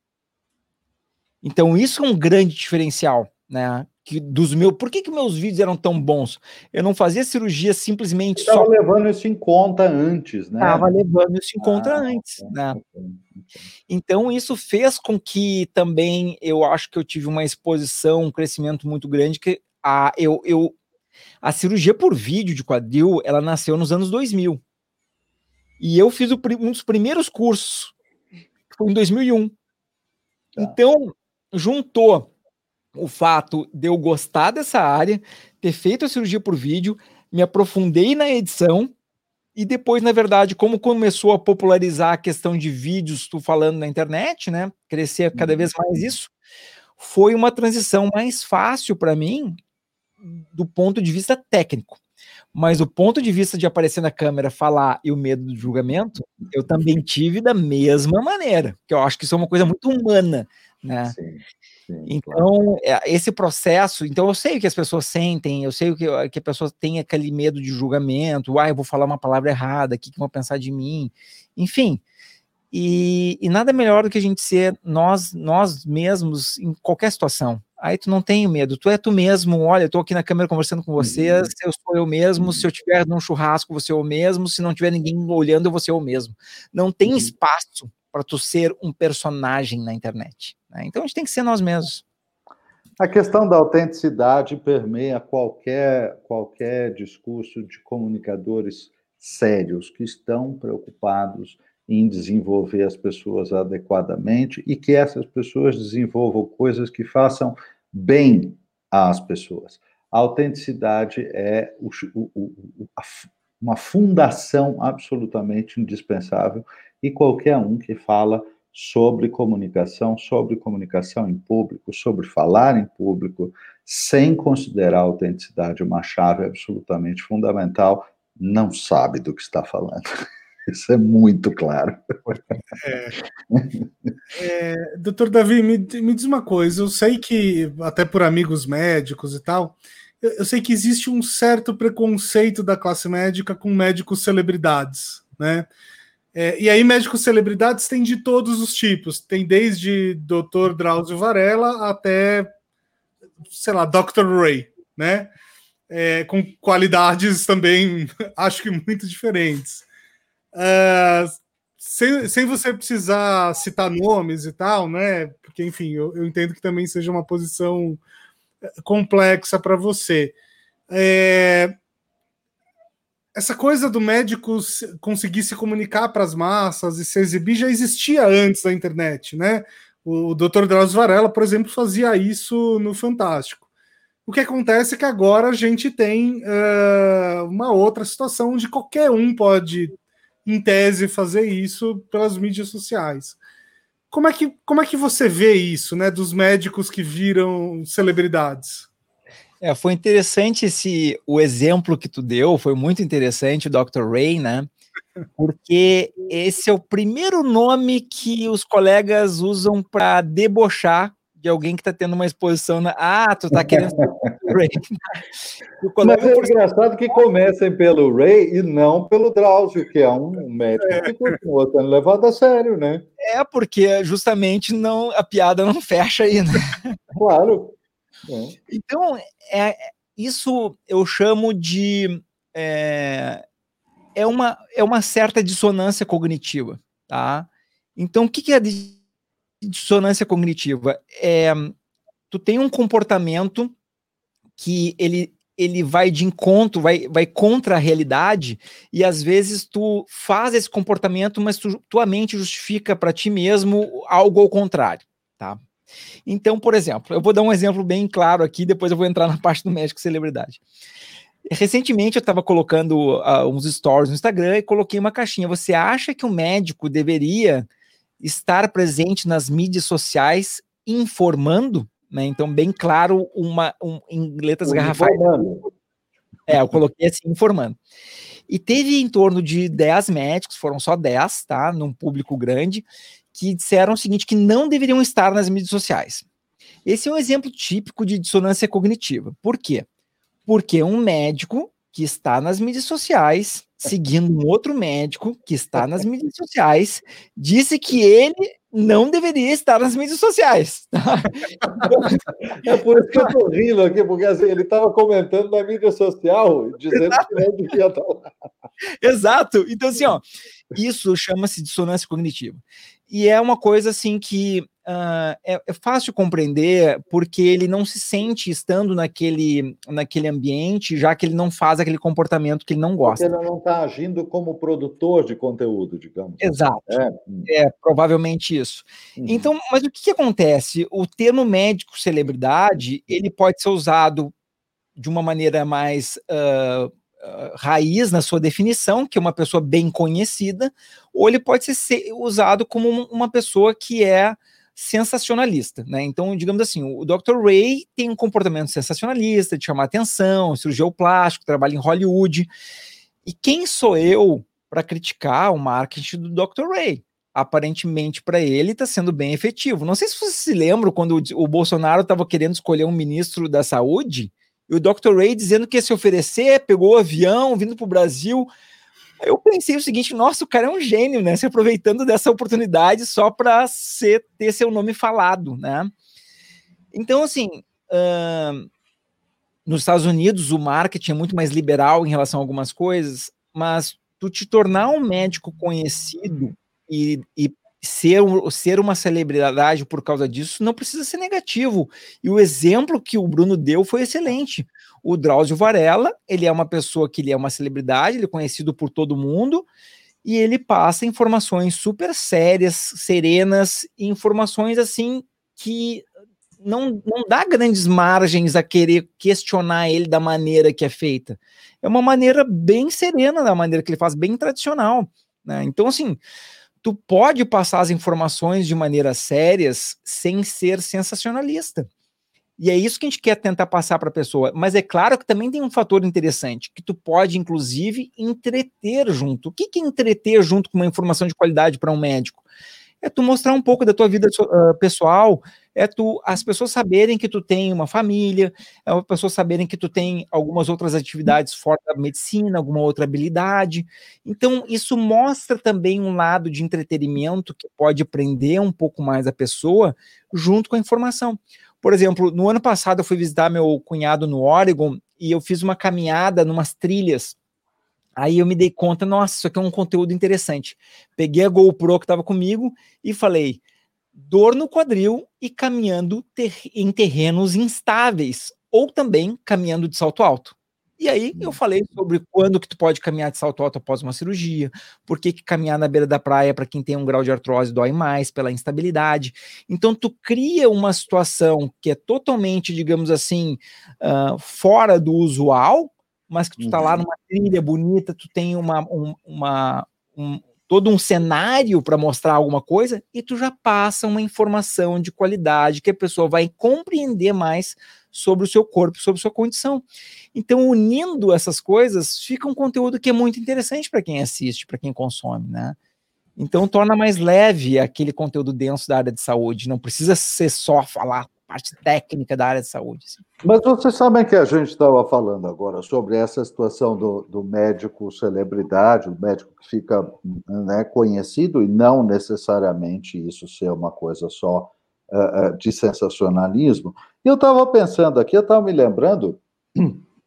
Então, isso é um grande diferencial, né? Que dos meus, por que que meus vídeos eram tão bons? Eu não fazia cirurgia simplesmente só... Estava levando isso em conta antes, né? Estava levando isso em conta ah, antes, okay, né? Okay, okay. Então, isso fez com que também, eu acho que eu tive uma exposição, um crescimento muito grande, que a, eu, eu, a cirurgia por vídeo de quadril, ela nasceu nos anos dois mil. E eu fiz o, um dos primeiros cursos, que foi em dois mil e um. Tá. Então, juntou o fato de eu gostar dessa área, ter feito a cirurgia por vídeo, me aprofundei na edição, e depois, na verdade, como começou a popularizar a questão de vídeos, tu falando na internet, né, crescer cada vez mais isso, foi uma transição mais fácil para mim do ponto de vista técnico. Mas do ponto de vista de aparecer na câmera, falar e o medo do julgamento, eu também tive da mesma maneira, que eu acho que isso é uma coisa muito humana, né? Sim. Sim, então, claro. Esse processo, então eu sei o que as pessoas sentem, eu sei o que, que a pessoa tem aquele medo de julgamento, ah, eu vou falar uma palavra errada, o que, que vão pensar de mim, enfim, e, e nada melhor do que a gente ser nós, nós mesmos em qualquer situação. Aí tu não tem medo, tu é tu mesmo, olha, eu tô aqui na câmera conversando com vocês, uhum. eu sou eu mesmo, uhum. se eu estiver num churrasco, vou ser eu mesmo, se não tiver ninguém olhando, eu vou ser eu mesmo. Não tem uhum. espaço para tu ser um personagem na internet, né? Então a gente tem que ser nós mesmos. A questão da autenticidade permeia qualquer, qualquer discurso de comunicadores sérios que estão preocupados em desenvolver as pessoas adequadamente e que essas pessoas desenvolvam coisas que façam bem às pessoas. A autenticidade é o, o, o, a, uma fundação absolutamente indispensável e qualquer um que fala sobre comunicação, sobre comunicação em público, sobre falar em público, sem considerar a autenticidade uma chave absolutamente fundamental, não sabe do que está falando. Isso é muito claro. É, é, doutor Davi, me, me diz uma coisa, eu sei que, até por amigos médicos e tal, eu, eu sei que existe um certo preconceito da classe médica com médicos celebridades, né? É, e aí médicos celebridades tem de todos os tipos, tem desde doutor Drauzio Varela até, sei lá, doutor Ray, né? É, com qualidades também, acho que muito diferentes. Uh, sem, sem você precisar citar nomes e tal, né? Porque, enfim, eu, eu entendo que também seja uma posição complexa para você. É, essa coisa do médico conseguir se comunicar para as massas e se exibir já existia antes da internet, né? O doutor Drauzio Varela, por exemplo, fazia isso no Fantástico. O que acontece é que agora a gente tem uh, uma outra situação onde qualquer um pode, em tese, fazer isso pelas mídias sociais. Como é que, como é que você vê isso, né, dos médicos que viram celebridades? É, foi interessante esse, o exemplo que tu deu, foi muito interessante, o doutor Ray, né? Porque esse é o primeiro nome que os colegas usam para debochar de alguém que está tendo uma exposição na... Ah, tu tá querendo... Ray. Mas é engraçado que comecem pelo Ray e não pelo Drauzio, que é um médico é. que continua sendo levado a sério, né? É, porque justamente não, a piada não fecha aí, né? Claro. É. Então, é, isso eu chamo de... É, é, uma, é uma certa dissonância cognitiva, tá? Então, o que, que é dissonância cognitiva? É, tu tem um comportamento que ele, ele vai de encontro, vai, vai contra a realidade, e às vezes tu faz esse comportamento, mas tu, tua mente justifica para ti mesmo algo ao contrário, tá? Então, por exemplo, eu vou dar um exemplo bem claro aqui, depois eu vou entrar na parte do médico celebridade. Recentemente eu estava colocando uh, uns stories no Instagram e coloquei uma caixinha. Você acha que o médico deveria estar presente nas mídias sociais informando? Né? Então, bem claro, uma, um, em letras garrafais. É, eu coloquei assim, informando. E teve em torno de dez médicos, foram só dez, tá? Num público grande, que disseram o seguinte, que não deveriam estar nas mídias sociais. Esse é um exemplo típico de dissonância cognitiva. Por quê? Porque um médico que está nas mídias sociais, seguindo um outro médico que está nas mídias sociais, disse que ele não deveria estar nas mídias sociais. É por isso que eu estou rindo aqui, porque assim, ele estava comentando na mídia social, dizendo Exato. Que não devia estar lá. Exato. Então, assim, ó, isso chama-se dissonância cognitiva. E é uma coisa, assim, que uh, é, é fácil compreender, porque ele não se sente estando naquele, naquele ambiente, já que ele não faz aquele comportamento que ele não gosta. Porque ele não está agindo como produtor de conteúdo, digamos. Exato. É, é provavelmente isso. Uhum. Então, mas o que, que acontece? O termo médico celebridade, ele pode ser usado de uma maneira mais... Uh, Uh, raiz na sua definição, que é uma pessoa bem conhecida, ou ele pode ser usado como uma pessoa que é sensacionalista, né? Então, digamos assim, o doutor Ray tem um comportamento sensacionalista, de chamar atenção, cirurgião plástico, trabalha em Hollywood. E quem sou eu para criticar o marketing do doutor Ray? Aparentemente, para ele, está sendo bem efetivo. Não sei se vocês se lembram quando o, o Bolsonaro estava querendo escolher um ministro da saúde, e o doutor Ray dizendo que ia se oferecer, pegou o avião, vindo para o Brasil. Eu pensei o seguinte, nossa, o cara é um gênio, né? Se aproveitando dessa oportunidade só para ter seu nome falado, né? Então, assim, uh, nos Estados Unidos o marketing é muito mais liberal em relação a algumas coisas, mas tu te tornar um médico conhecido e, e Ser, ser uma celebridade por causa disso não precisa ser negativo. E o exemplo que o Bruno deu foi excelente. O Drauzio Varela, ele é uma pessoa que ele é uma celebridade, ele é conhecido por todo mundo, e ele passa informações super sérias, serenas, informações assim que não, não dá grandes margens a querer questionar ele da maneira que é feita. É uma maneira bem serena, da maneira que ele faz, bem tradicional, né? Então, assim, tu pode passar as informações de maneiras sérias sem ser sensacionalista. E é isso que a gente quer tentar passar para a pessoa. Mas é claro que também tem um fator interessante, que tu pode, inclusive, entreter junto. O que é entreter junto com uma informação de qualidade para um médico? É tu mostrar um pouco da tua vida uh, pessoal, é tu, as pessoas saberem que tu tem uma família, é as pessoas saberem que tu tem algumas outras atividades fora da medicina, alguma outra habilidade. Então, isso mostra também um lado de entretenimento que pode prender um pouco mais a pessoa junto com a informação. Por exemplo, no ano passado eu fui visitar meu cunhado no Oregon e eu fiz uma caminhada numas trilhas. Aí eu me dei conta, nossa, isso aqui é um conteúdo interessante. Peguei a GoPro que estava comigo e falei, dor no quadril e caminhando ter em terrenos instáveis, ou também caminhando de salto alto. E aí eu falei sobre quando que tu pode caminhar de salto alto após uma cirurgia, por que que caminhar na beira da praia para quem tem um grau de artrose dói mais, pela instabilidade. Então tu cria uma situação que é totalmente, digamos assim, uh, fora do usual, mas que tu tá lá numa trilha bonita, tu tem uma, um, uma, um, todo um cenário para mostrar alguma coisa, e tu já passa uma informação de qualidade que a pessoa vai compreender mais sobre o seu corpo, sobre a sua condição. Então, unindo essas coisas, fica um conteúdo que é muito interessante para quem assiste, para quem consome, né? Então, torna mais leve aquele conteúdo denso da área de saúde, não precisa ser só falar parte técnica da área de saúde. Assim. Mas vocês sabem que a gente estava falando agora sobre essa situação do, do médico celebridade, o médico que fica, né, conhecido, e não necessariamente isso ser uma coisa só uh, uh, de sensacionalismo. E eu estava pensando aqui, eu estava me lembrando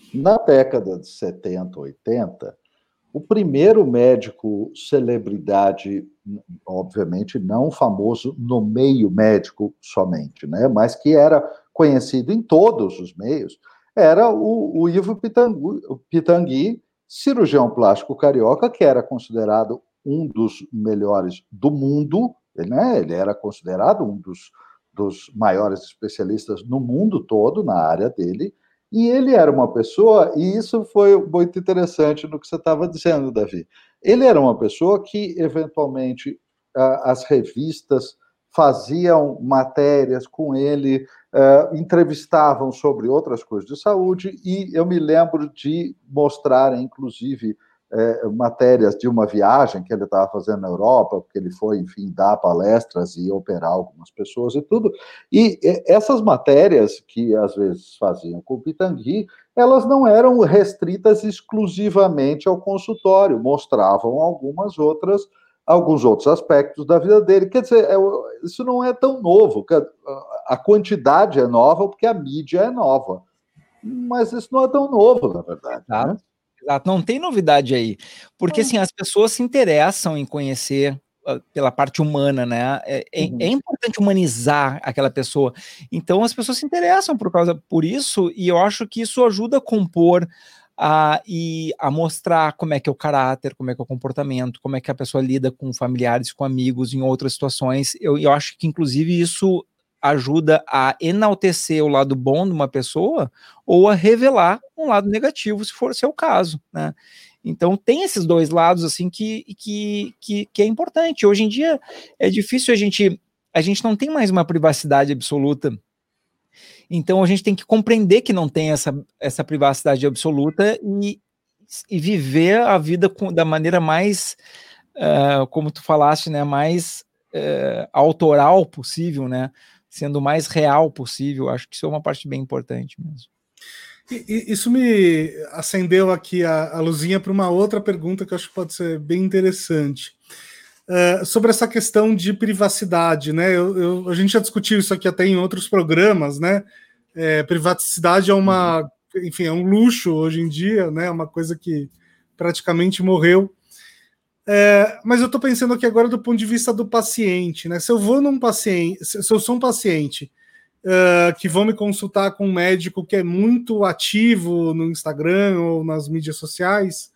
Na década de setenta, oitenta, o primeiro médico celebridade, obviamente não famoso no meio médico somente, né, mas que era conhecido em todos os meios, era o, o Ivo Pitangui, Pitangui, cirurgião plástico carioca, que era considerado um dos melhores do mundo, né, ele era considerado um dos, dos maiores especialistas no mundo todo na área dele. E ele era uma pessoa, e isso foi muito interessante no que você estava dizendo, Davi. Ele era uma pessoa que, eventualmente, as revistas faziam matérias com ele, entrevistavam sobre outras coisas de saúde, e eu me lembro de mostrarem, inclusive, É, matérias de uma viagem que ele estava fazendo na Europa, porque ele foi, enfim, dar palestras e operar algumas pessoas e tudo. E essas matérias que às vezes faziam com o Pitangui, elas não eram restritas exclusivamente ao consultório, mostravam algumas outras, alguns outros aspectos da vida dele. Quer dizer, é, isso não é tão novo, a quantidade é nova porque a mídia é nova, mas isso não é tão novo, na verdade, né? Exato, não tem novidade aí, porque assim, as pessoas se interessam em conhecer uh, pela parte humana, né, é, uhum. é, é importante humanizar aquela pessoa, então as pessoas se interessam por causa, por isso, e eu acho que isso ajuda a compor a, e a mostrar como é que é o caráter, como é que é o comportamento, como é que a pessoa lida com familiares, com amigos, em outras situações, eu, eu acho que inclusive isso ajuda a enaltecer o lado bom de uma pessoa ou a revelar um lado negativo, se for seu caso, né? Então tem esses dois lados assim que, que, que, que é importante. Hoje em dia é difícil a gente, a gente não tem mais uma privacidade absoluta, então a gente tem que compreender que não tem essa, essa privacidade absoluta e, e viver a vida com, da maneira mais, uh, como tu falaste, né, mais uh, autoral possível, né? Sendo o mais real possível. Acho que isso é uma parte bem importante mesmo. E, e, isso me acendeu aqui a, a luzinha para uma outra pergunta que eu acho que pode ser bem interessante. Uh, sobre essa questão de privacidade, né? Eu, eu, a gente já discutiu isso aqui até em outros programas, né? É, privacidade é uma, enfim, é um luxo hoje em dia, né? Uma coisa que praticamente morreu. É, mas eu estou pensando aqui agora do ponto de vista do paciente, né? Se eu vou num paciente, se eu sou um paciente uh, que vou me consultar com um médico que é muito ativo no Instagram ou nas mídias sociais,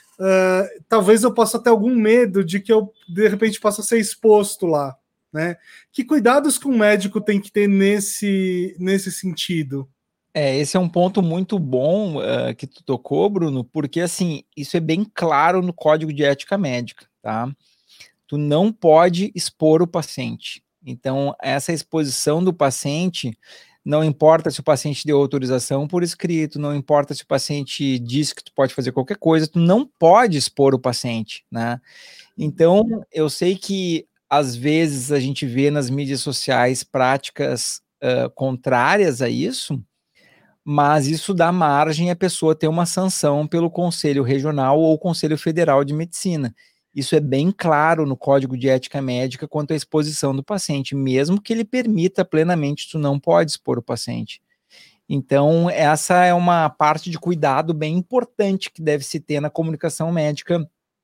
uh, talvez eu possa ter algum medo de que eu de repente possa ser exposto lá, né? Que cuidados que um médico tem que ter nesse, nesse sentido? É, esse é um ponto muito bom uh, que tu tocou, Bruno, porque assim, isso é bem claro no Código de Ética Médica, tá? Tu não pode expor o paciente. Então, essa exposição do paciente, não importa se o paciente deu autorização por escrito, não importa se o paciente disse que tu pode fazer qualquer coisa, tu não pode expor o paciente, né? Então, eu sei que às vezes a gente vê nas mídias sociais práticas uh, contrárias a isso, mas isso dá margem a pessoa ter uma sanção pelo Conselho Regional ou Conselho Federal de Medicina. Isso é bem claro no Código de Ética Médica quanto à exposição do paciente, mesmo que ele permita plenamente, tu não pode expor o paciente. Então, essa é uma parte de cuidado bem importante que deve se ter na comunicação médica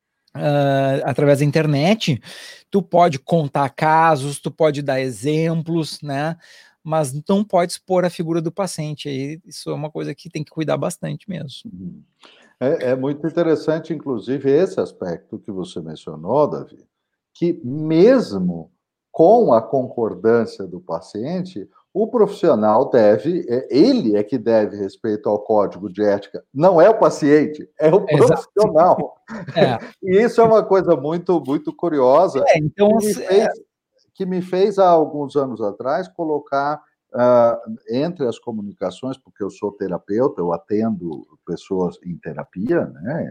uh, através da internet. Tu pode contar casos, tu pode dar exemplos, né? Mas não pode expor a figura do paciente. Aí, isso é uma coisa que tem que cuidar bastante mesmo. É, é muito interessante, inclusive, esse aspecto que você mencionou, Davi, que mesmo com a concordância do paciente, o profissional deve, ele é que deve respeito ao código de ética, não é o paciente, é o profissional. É. E isso é uma coisa muito, muito curiosa, é, então, que, me fez, que me fez, há alguns anos atrás, colocar uh, entre as comunicações, porque eu sou terapeuta, eu atendo pessoas em terapia, né?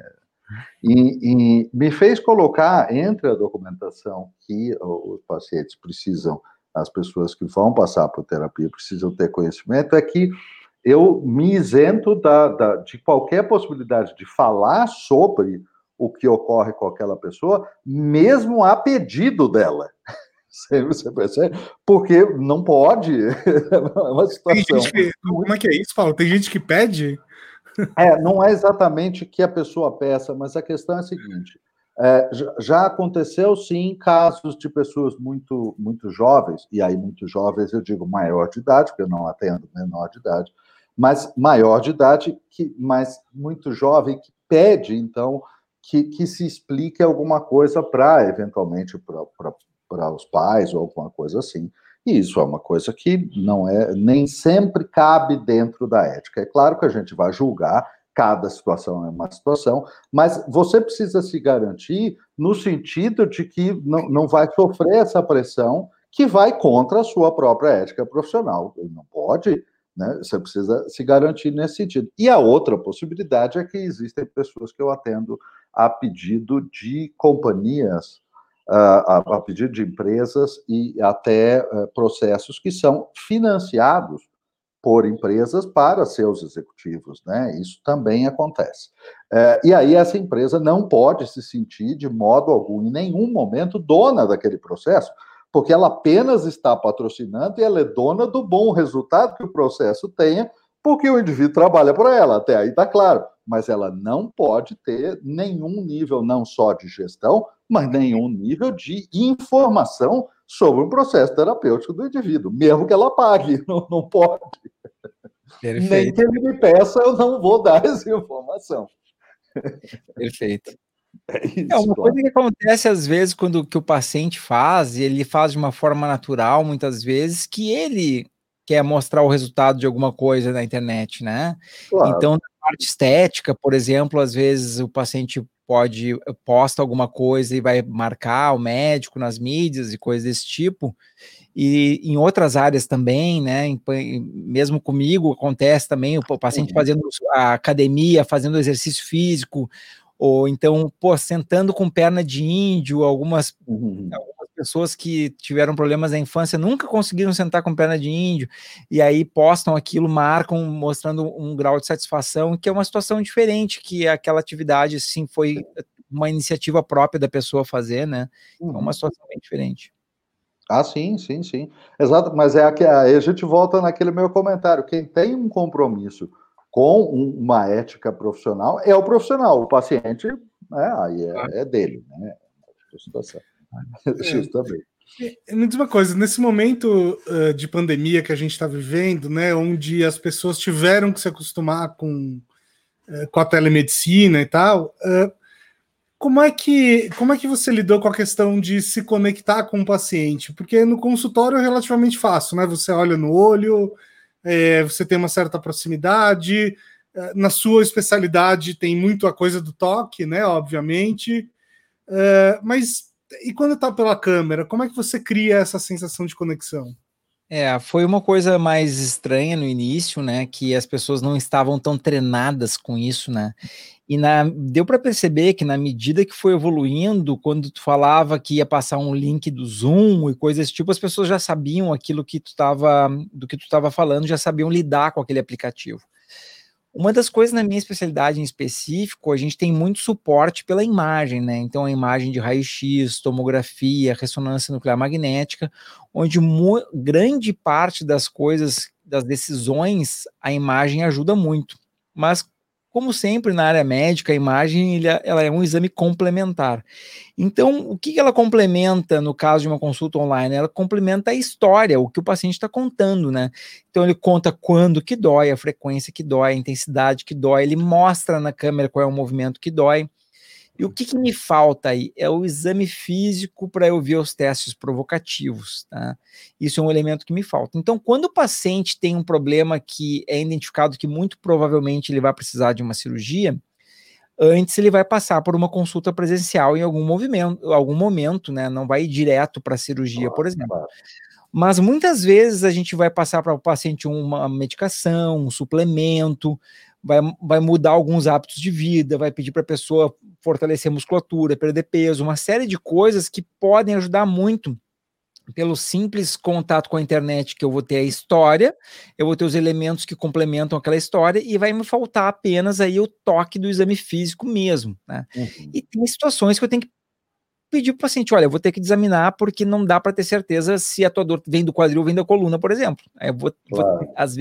E, e me fez colocar entre a documentação que os pacientes precisam, as pessoas que vão passar por terapia precisam ter conhecimento, é que eu me isento da, da, de qualquer possibilidade de falar sobre o que ocorre com aquela pessoa, mesmo a pedido dela. Você percebe? Porque não pode. É uma situação. Tem gente que, como é que é isso, Paulo? Tem gente que pede? É, não é exatamente que a pessoa peça, mas a questão é a seguinte: é, já aconteceu sim casos de pessoas muito, muito jovens, e aí muito jovens eu digo maior de idade, porque eu não atendo menor de idade, mas maior de idade, que, mas muito jovem, que pede, então, que, que se explique alguma coisa para, eventualmente, para os pais ou alguma coisa assim. E isso é uma coisa que não é, nem sempre cabe dentro da ética. É claro que a gente vai julgar, cada situação é uma situação, mas você precisa se garantir no sentido de que não, não vai sofrer essa pressão que vai contra a sua própria ética profissional. Não pode, né? Você precisa se garantir nesse sentido. E a outra possibilidade é que existem pessoas que eu atendo a pedido de companhias, a, a pedido de empresas e até uh, processos que são financiados por empresas para seus executivos, né? Isso também acontece. É, e aí essa empresa não pode se sentir de modo algum, em nenhum momento, dona daquele processo, porque ela apenas está patrocinando e ela é dona do bom resultado que o processo tenha, porque o indivíduo trabalha para ela, até aí está claro. Mas ela não pode ter nenhum nível, não só de gestão, mas nenhum nível de informação sobre o processo terapêutico do indivíduo, mesmo que ela pague, não, não pode. Perfeito. Nem que ele me peça, eu não vou dar essa informação. Perfeito. É, isso, é uma claro. Coisa que acontece às vezes quando que o paciente faz, e ele faz de uma forma natural, muitas vezes, que ele quer mostrar o resultado de alguma coisa na internet, né? Claro. Então, na parte estética, por exemplo, às vezes o paciente pode posta alguma coisa e vai marcar o médico nas mídias e coisas desse tipo. E em outras áreas também, né? Em, mesmo comigo acontece também o paciente uhum. fazendo a academia, fazendo exercício físico, ou então, pô, sentando com perna de índio, algumas, uhum. algumas pessoas que tiveram problemas na infância nunca conseguiram sentar com perna de índio, e aí postam aquilo, marcam, mostrando um grau de satisfação, que é uma situação diferente, que aquela atividade, sim, foi uma iniciativa própria da pessoa fazer, né? Uhum. É uma situação bem diferente. Ah, sim, sim, sim. Exato, mas é aqui, aí a gente volta naquele meu comentário. Quem tem um compromisso com uma ética profissional é o profissional, o paciente, né, aí é, é dele, né? É. Justamente. Me diz uma coisa, nesse momento uh, de pandemia que a gente está vivendo, né, onde as pessoas tiveram que se acostumar com, uh, com a telemedicina e tal, uh, Como é, que, como é que você lidou com a questão de se conectar com o paciente? Porque no consultório é relativamente fácil, né? Você olha no olho, é, você tem uma certa proximidade, é, na sua especialidade tem muito a coisa do toque, né? Obviamente. É, mas e quando está pela câmera, como é que você cria essa sensação de conexão? É, foi uma coisa mais estranha no início, né? Que as pessoas não estavam tão treinadas com isso, né? E na, deu para perceber que na medida que foi evoluindo, quando tu falava que ia passar um link do Zoom e coisas desse tipo, as pessoas já sabiam aquilo que tu estava, do que tu estava falando, já sabiam lidar com aquele aplicativo. Uma das coisas na minha especialidade em específico, a gente tem muito suporte pela imagem, né? Então, a imagem de raio-x, tomografia, ressonância nuclear magnética, onde grande parte das coisas, das decisões, a imagem ajuda muito. Mas, como sempre na área médica, a imagem ela é um exame complementar. Então, o que ela complementa no caso de uma consulta online? Ela complementa a história, o que o paciente está contando, né? Então, ele conta quando que dói, a frequência que dói, a intensidade que dói, ele mostra na câmera qual é o movimento que dói. E o que, que me falta aí? É o exame físico para eu ver os testes provocativos, tá? Isso é um elemento que me falta. Então, quando o paciente tem um problema que é identificado que muito provavelmente ele vai precisar de uma cirurgia, antes ele vai passar por uma consulta presencial em algum movimento, algum momento, né? Não vai ir direto para a cirurgia, por exemplo. Mas muitas vezes a gente vai passar para o paciente uma medicação, um suplemento, vai, vai mudar alguns hábitos de vida, vai pedir para a pessoa fortalecer a musculatura, perder peso, uma série de coisas que podem ajudar muito pelo simples contato com a internet, que eu vou ter a história, eu vou ter os elementos que complementam aquela história e vai me faltar apenas aí o toque do exame físico mesmo, né? Uhum. E tem situações que eu tenho que pedir para o paciente, olha, eu vou ter que examinar porque não dá para ter certeza se a tua dor vem do quadril ou vem da coluna, por exemplo. Aí eu vou, claro. vou, às vezes, eu vou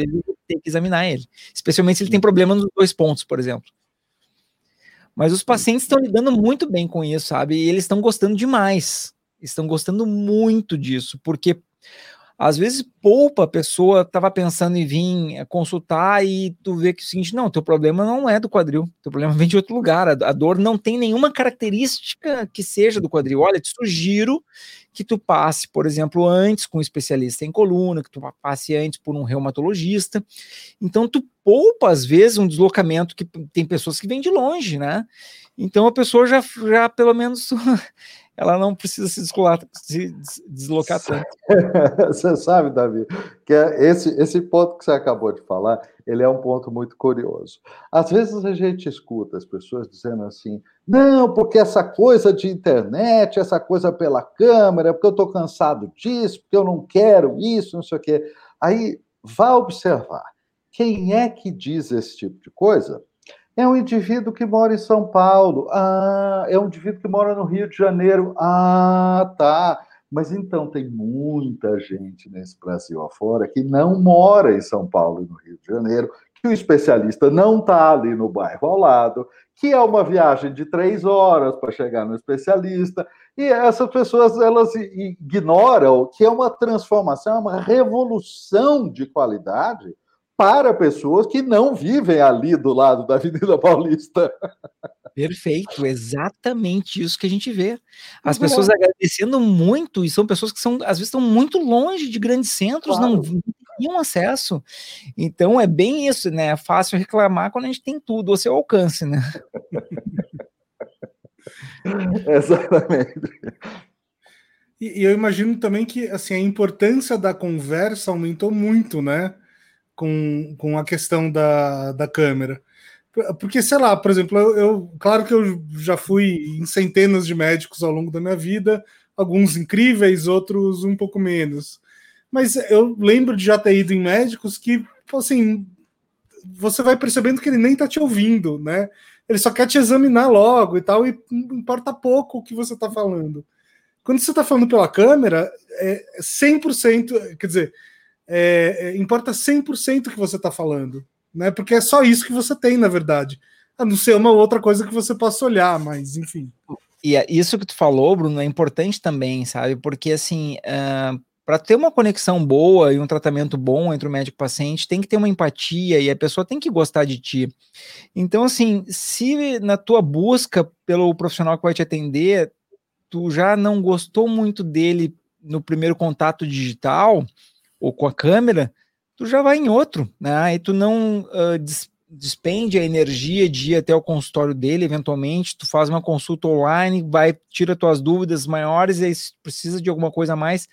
ter que examinar ele, especialmente se ele tem problema nos dois pontos, por exemplo. Mas os pacientes estão lidando muito bem com isso, sabe? E eles estão gostando demais, estão gostando muito disso, porque às vezes poupa a pessoa, estava pensando em vir consultar e tu vê que é o seguinte, não, teu problema não é do quadril, teu problema vem de outro lugar, a, a dor não tem nenhuma característica que seja do quadril. Olha, te sugiro que tu passe, por exemplo, antes com um especialista em coluna, que tu passe antes por um reumatologista. Então tu poupa, às vezes, um deslocamento que tem pessoas que vêm de longe, né? Então a pessoa já, já pelo menos... ela não precisa se deslocar, se deslocar tanto. Você sabe, Davi, que é esse, esse ponto que você acabou de falar, ele é um ponto muito curioso. Às vezes a gente escuta as pessoas dizendo assim, não, porque essa coisa de internet, essa coisa pela câmera, porque eu estou cansado disso, porque eu não quero isso, não sei o quê. Aí, vá observar, quem é que diz esse tipo de coisa? É um indivíduo que mora em São Paulo. Ah, é um indivíduo que mora no Rio de Janeiro. Ah, tá. Mas então tem muita gente nesse Brasil afora que não mora em São Paulo e no Rio de Janeiro, que o especialista não está ali no bairro ao lado, que é uma viagem de três horas para chegar no especialista. E essas pessoas, elas ignoram que é uma transformação, uma revolução de qualidade para pessoas que não vivem ali do lado da Avenida Paulista. Perfeito, exatamente isso que a gente vê. As pessoas agradecendo muito, e são pessoas que são, às vezes estão muito longe de grandes centros, claro. Não tinham acesso. Então é bem isso, né? É fácil reclamar quando a gente tem tudo ao seu alcance, né? Exatamente. E, e eu imagino também que assim, a importância da conversa aumentou muito, né? Com, com a questão da, da câmera. Porque, sei lá, por exemplo, eu, eu claro que eu já fui em centenas de médicos ao longo da minha vida, alguns incríveis, outros um pouco menos. Mas eu lembro de já ter ido em médicos que, assim, você vai percebendo que ele nem tá te ouvindo, né? Ele só quer te examinar logo e tal, e importa pouco o que você tá falando. Quando você tá falando pela câmera, é cem por cento, quer dizer, É, é, importa cem por cento o que você está falando, né? Porque é só isso que você tem, na verdade. A não ser uma outra coisa que você possa olhar, mas enfim. E é isso que tu falou, Bruno, é importante também, sabe? Porque, assim, uh, para ter uma conexão boa e um tratamento bom entre o médico e o paciente, tem que ter uma empatia e a pessoa tem que gostar de ti. Então, assim, se na tua busca pelo profissional que vai te atender, tu já não gostou muito dele no primeiro contato digital ou com a câmera, tu já vai em outro, né? Aí tu não uh, dis despende a energia de ir até o consultório dele, eventualmente, tu faz uma consulta online, vai, tira tuas dúvidas maiores, e aí se precisa de alguma coisa a mais,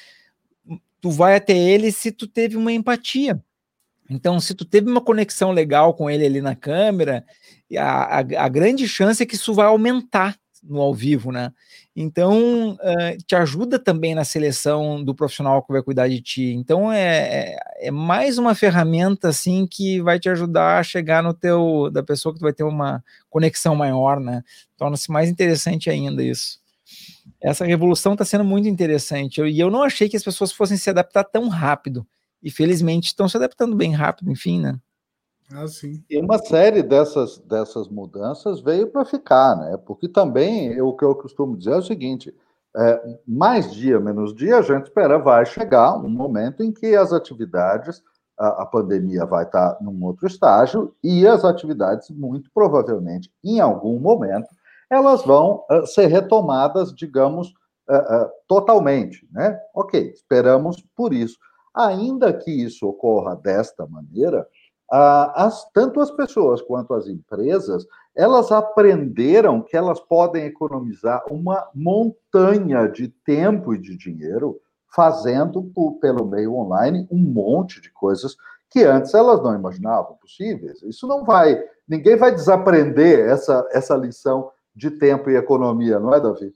tu vai até ele se tu teve uma empatia. Então, se tu teve uma conexão legal com ele ali na câmera, a, a, a grande chance é que isso vai aumentar no ao vivo, né? Então, uh, te ajuda também na seleção do profissional que vai cuidar de ti. Então, é, é, é mais uma ferramenta, assim, que vai te ajudar a chegar no teu, da pessoa que tu vai ter uma conexão maior, né? Torna-se mais interessante ainda isso. Essa revolução está sendo muito interessante. Eu, e eu não achei que as pessoas fossem se adaptar tão rápido. E, felizmente, estão se adaptando bem rápido, enfim, né? Ah, sim. E uma série dessas, dessas mudanças veio para ficar, né? Porque também o que eu costumo dizer é o seguinte: é, mais dia, menos dia, a gente espera vai chegar um momento em que as atividades, a, a pandemia vai estar num outro estágio e as atividades, muito provavelmente, em algum momento, elas vão uh, ser retomadas, digamos, uh, uh, totalmente, né? Ok, esperamos por isso. Ainda que isso ocorra desta maneira, As, tanto as pessoas quanto as empresas, elas aprenderam que elas podem economizar uma montanha de tempo e de dinheiro fazendo por, pelo meio online um monte de coisas que antes elas não imaginavam possíveis. Isso não vai, ninguém vai desaprender essa, essa lição de tempo e economia, não é, Davi?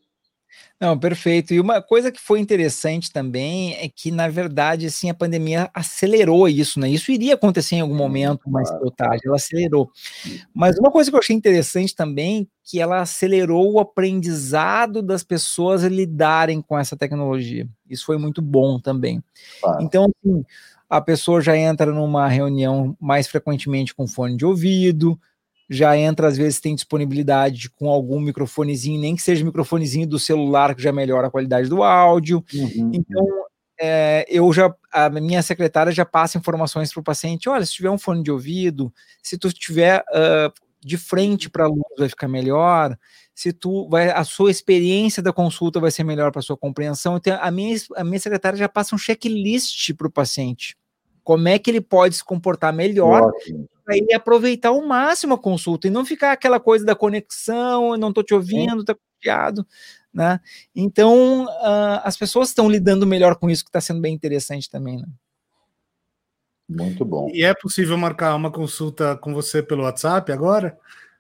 Não, perfeito. E uma coisa que foi interessante também é que, na verdade, assim, a pandemia acelerou isso, né? Isso iria acontecer em algum momento, mais cedo ou tarde, ela acelerou. Mas uma coisa que eu achei interessante também, que ela acelerou o aprendizado das pessoas a lidarem com essa tecnologia. Isso foi muito bom também. Claro. Então, assim, a pessoa já entra numa reunião mais frequentemente com fone de ouvido, já entra, às vezes, tem disponibilidade com algum microfonezinho, nem que seja o microfonezinho do celular, que já melhora a qualidade do áudio. Uhum. Então, é, eu já, a minha secretária já passa informações para o paciente, olha, se tiver um fone de ouvido, se tu estiver uh, de frente para a luz, vai ficar melhor, se tu vai, a sua experiência da consulta vai ser melhor para a sua compreensão. Então, a minha, a minha secretária já passa um checklist para o paciente, como é que ele pode se comportar melhor, para ele aproveitar ao máximo a consulta, e não ficar aquela coisa da conexão, eu não estou te ouvindo, está confiado, né? Então, uh, as pessoas estão lidando melhor com isso, que está sendo bem interessante também, né? Muito bom. E é possível marcar uma consulta com você pelo WhatsApp agora?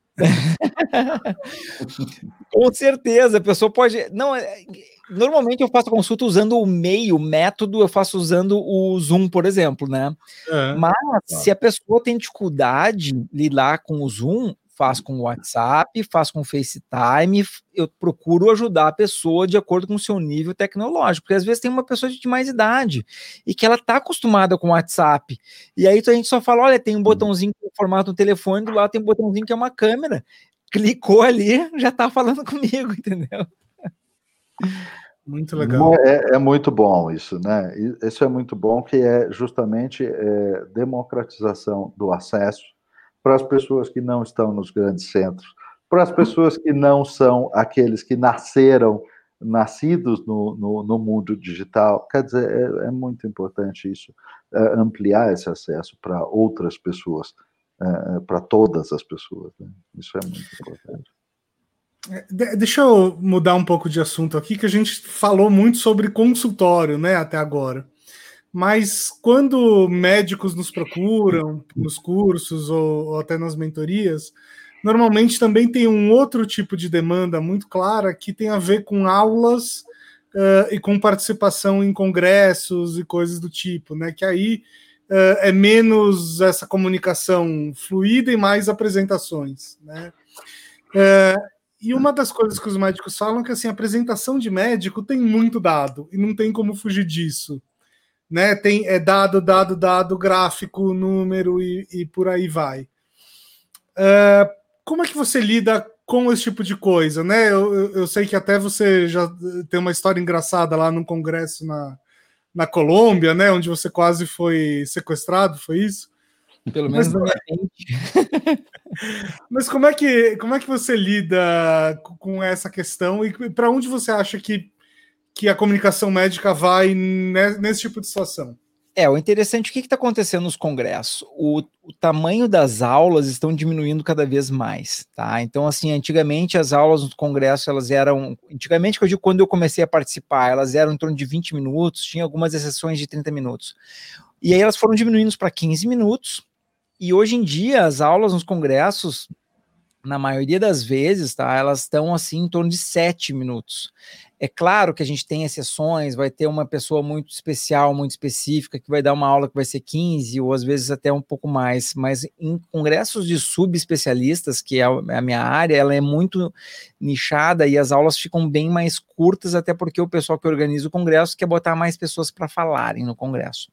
Com certeza, a pessoa pode... Não, normalmente eu faço consulta usando o meio, o método, eu faço usando o Zoom, por exemplo, né? É, Mas, tá. se a pessoa tem dificuldade de lidar com o Zoom, faz com o WhatsApp, faz com o FaceTime, eu procuro ajudar a pessoa de acordo com o seu nível tecnológico, porque às vezes tem uma pessoa de mais idade e que ela está acostumada com o WhatsApp, e aí a gente só fala, olha, tem um botãozinho que é o formato do telefone, do lado tem um botãozinho que é uma câmera, clicou ali, já está falando comigo, entendeu? Muito legal. É, é muito bom isso, né? Isso é muito bom, que é justamente é, democratização do acesso para as pessoas que não estão nos grandes centros, para as pessoas que não são aqueles que nasceram, nascidos no, no, no mundo digital. Quer dizer, é, é muito importante isso, é, ampliar esse acesso para outras pessoas, é, para todas as pessoas, né? Isso é muito importante. Deixa eu mudar um pouco de assunto aqui, que a gente falou muito sobre consultório, né, até agora. Mas quando médicos nos procuram nos cursos ou, ou até nas mentorias, normalmente também tem um outro tipo de demanda muito clara que tem a ver com aulas uh, e com participação em congressos e coisas do tipo, né? Que aí uh, é menos essa comunicação fluida e mais apresentações, né? Uh, E uma das coisas que os médicos falam é que assim, a apresentação de médico tem muito dado e não tem como fugir disso, né? Tem é dado, dado, dado, gráfico, número e, e por aí vai. Uh, como é que você lida com esse tipo de coisa, né? Eu, eu, eu sei que até você já tem uma história engraçada lá num congresso na, na Colômbia, né? Onde você quase foi sequestrado, foi isso? Pelo menos na minha mente. Mas como é que como é que você lida com essa questão e para onde você acha que, que a comunicação médica vai nesse tipo de situação? É, o interessante, o que está acontecendo nos congressos? O, o tamanho das aulas estão diminuindo cada vez mais, tá? Então, assim, antigamente as aulas no congresso, elas eram... Antigamente, que eu digo, quando eu comecei a participar, elas eram em torno de vinte minutos, tinha algumas exceções de trinta minutos. E aí elas foram diminuindo para quinze minutos, e hoje em dia as aulas nos congressos, na maioria das vezes, tá, elas estão assim em torno de sete minutos. É claro que a gente tem exceções, vai ter uma pessoa muito especial, muito específica, que vai dar uma aula que vai ser quinze, ou às vezes até um pouco mais, mas em congressos de subespecialistas, que é a minha área, ela é muito nichada e as aulas ficam bem mais curtas, até porque o pessoal que organiza o congresso quer botar mais pessoas para falarem no congresso.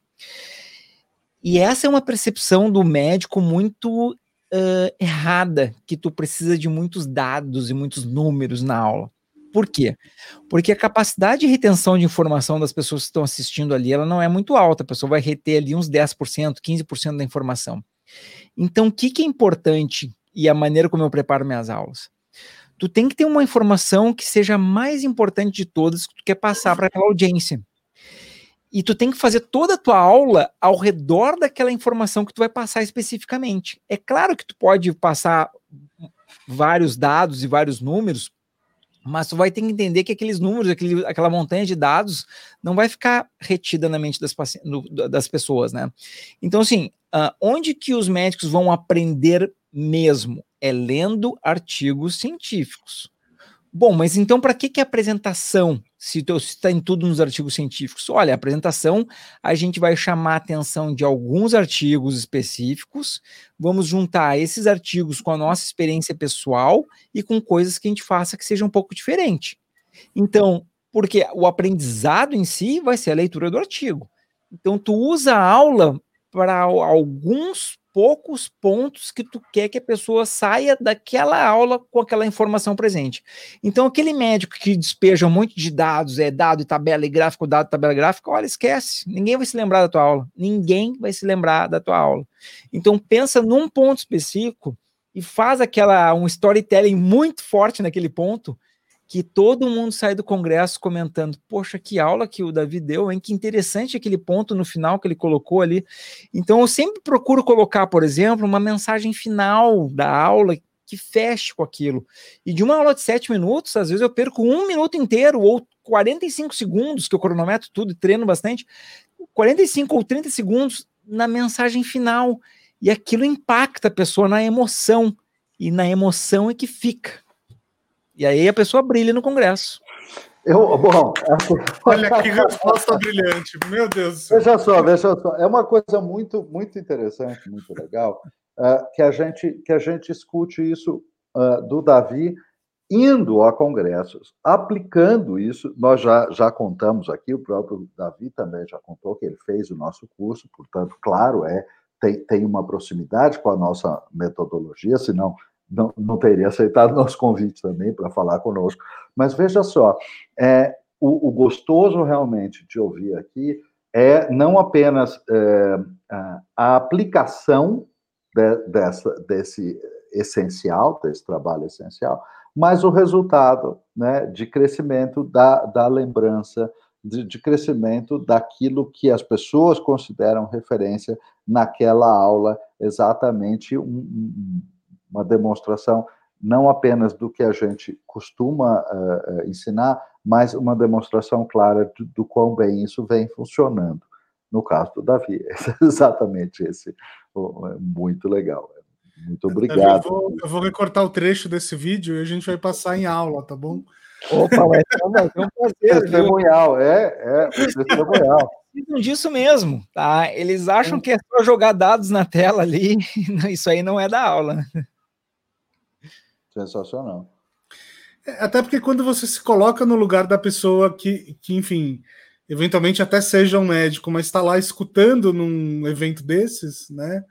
E essa é uma percepção do médico muito uh, errada, que tu precisa de muitos dados e muitos números na aula. Por quê? Porque a capacidade de retenção de informação das pessoas que estão assistindo ali, ela não é muito alta, a pessoa vai reter ali uns dez por cento, quinze por cento da informação. Então, o que, que é importante e a maneira como eu preparo minhas aulas? Tu tem que ter uma informação que seja a mais importante de todas que tu quer passar para aquela audiência. E tu tem que fazer toda a tua aula ao redor daquela informação que tu vai passar especificamente. É claro que tu pode passar vários dados e vários números, mas tu vai ter que entender que aqueles números, aquele, aquela montanha de dados não vai ficar retida na mente das, das pessoas, né? Então, assim, uh, onde que os médicos vão aprender mesmo? É lendo artigos científicos. Bom, mas então para que que é apresentação, se está em tudo nos artigos científicos? Olha, a apresentação, a gente vai chamar a atenção de alguns artigos específicos, vamos juntar esses artigos com a nossa experiência pessoal e com coisas que a gente faça que seja um pouco diferente. Então, porque o aprendizado em si vai ser a leitura do artigo. Então, tu usa a aula para alguns poucos pontos que tu quer que a pessoa saia daquela aula com aquela informação presente. Então, aquele médico que despeja um monte de dados, é dado e tabela e gráfico, dado e tabela gráfica, olha, esquece. Ninguém vai se lembrar da tua aula. Ninguém vai se lembrar da tua aula. Então, pensa num ponto específico e faz aquela, um storytelling muito forte naquele ponto, que todo mundo sai do congresso comentando, poxa, que aula que o Davi deu, hein? Que interessante aquele ponto no final que ele colocou ali. Então, eu sempre procuro colocar, por exemplo, uma mensagem final da aula que feche com aquilo. E de uma aula de sete minutos, às vezes eu perco um minuto inteiro, ou quarenta e cinco segundos, que eu cronometro tudo e treino bastante, quarenta e cinco ou trinta segundos na mensagem final. E aquilo impacta a pessoa na emoção. E na emoção é que fica. E aí a pessoa brilha no congresso. Eu, bom, olha que resposta brilhante, meu Deus do céu. Veja só, veja só, é uma coisa muito, muito interessante, muito legal, uh, que, a gente, que a gente escute isso uh, do Davi indo a congressos, aplicando isso. Nós já, já contamos aqui, o próprio Davi também já contou que ele fez o nosso curso, portanto, claro, é, tem, tem uma proximidade com a nossa metodologia, senão Não, não teria aceitado nosso convite também para falar conosco. Mas veja só, é, o, o gostoso realmente de ouvir aqui é não apenas é, a, a aplicação de, dessa, desse essencial, desse trabalho essencial, mas o resultado, né, de crescimento da, da lembrança, de, de crescimento daquilo que as pessoas consideram referência naquela aula, exatamente um, um uma demonstração não apenas do que a gente costuma uh, ensinar, mas uma demonstração clara do, do quão bem isso vem funcionando. No caso do Davi, é exatamente esse. Oh, é muito legal. Muito obrigado. Eu vou, eu vou recortar o trecho desse vídeo e a gente vai passar em aula, tá bom? Opa, vai ser um prazer. Testemunhal, é, é, testemunhal. Disso mesmo, tá? Eles acham que é só jogar dados na tela ali, isso aí não é da aula, né? Sensacional. Até porque quando você se coloca no lugar da pessoa que, que enfim, eventualmente até seja um médico, mas está lá escutando num evento desses, né?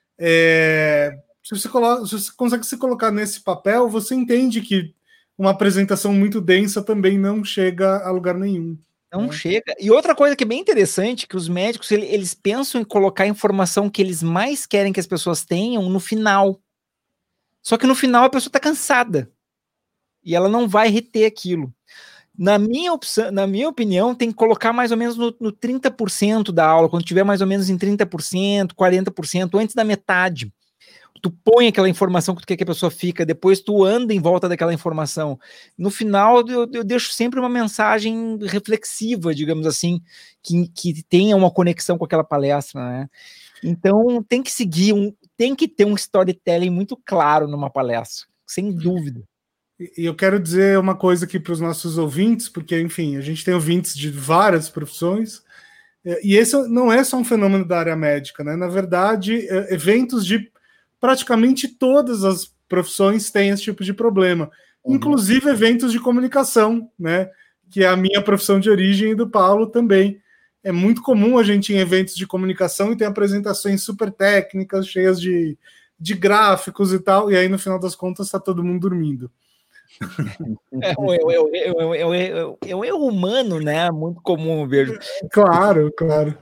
É, se, você coloca, se você consegue se colocar nesse papel, você entende que uma apresentação muito densa também não chega a lugar nenhum. Não né? chega. E outra coisa que é bem interessante, que os médicos, eles pensam em colocar a informação que eles mais querem que as pessoas tenham no final. Só que no final a pessoa está cansada e ela não vai reter aquilo. Na minha, opção, na minha opinião, tem que colocar mais ou menos no, no trinta por cento da aula, quando tiver mais ou menos em trinta por cento, quarenta por cento, antes da metade. Tu põe aquela informação que tu quer que a pessoa fica, depois tu anda em volta daquela informação. No final, eu, eu deixo sempre uma mensagem reflexiva, digamos assim, que, que tenha uma conexão com aquela palestra, né? Então, tem que seguir um, tem que ter um storytelling muito claro numa palestra, sem dúvida. E eu quero dizer uma coisa aqui para os nossos ouvintes, porque, enfim, a gente tem ouvintes de várias profissões, e esse não é só um fenômeno da área médica, né? Na verdade, eventos de praticamente todas as profissões têm esse tipo de problema, uhum. Inclusive eventos de comunicação, né? Que é a minha profissão de origem e do Paulo também. É muito comum a gente ir em eventos de comunicação e ter apresentações super técnicas, cheias de, de gráficos e tal, e aí no final das contas está todo mundo dormindo. É um erro, erro humano, né? Muito comum, eu vejo. Claro, claro.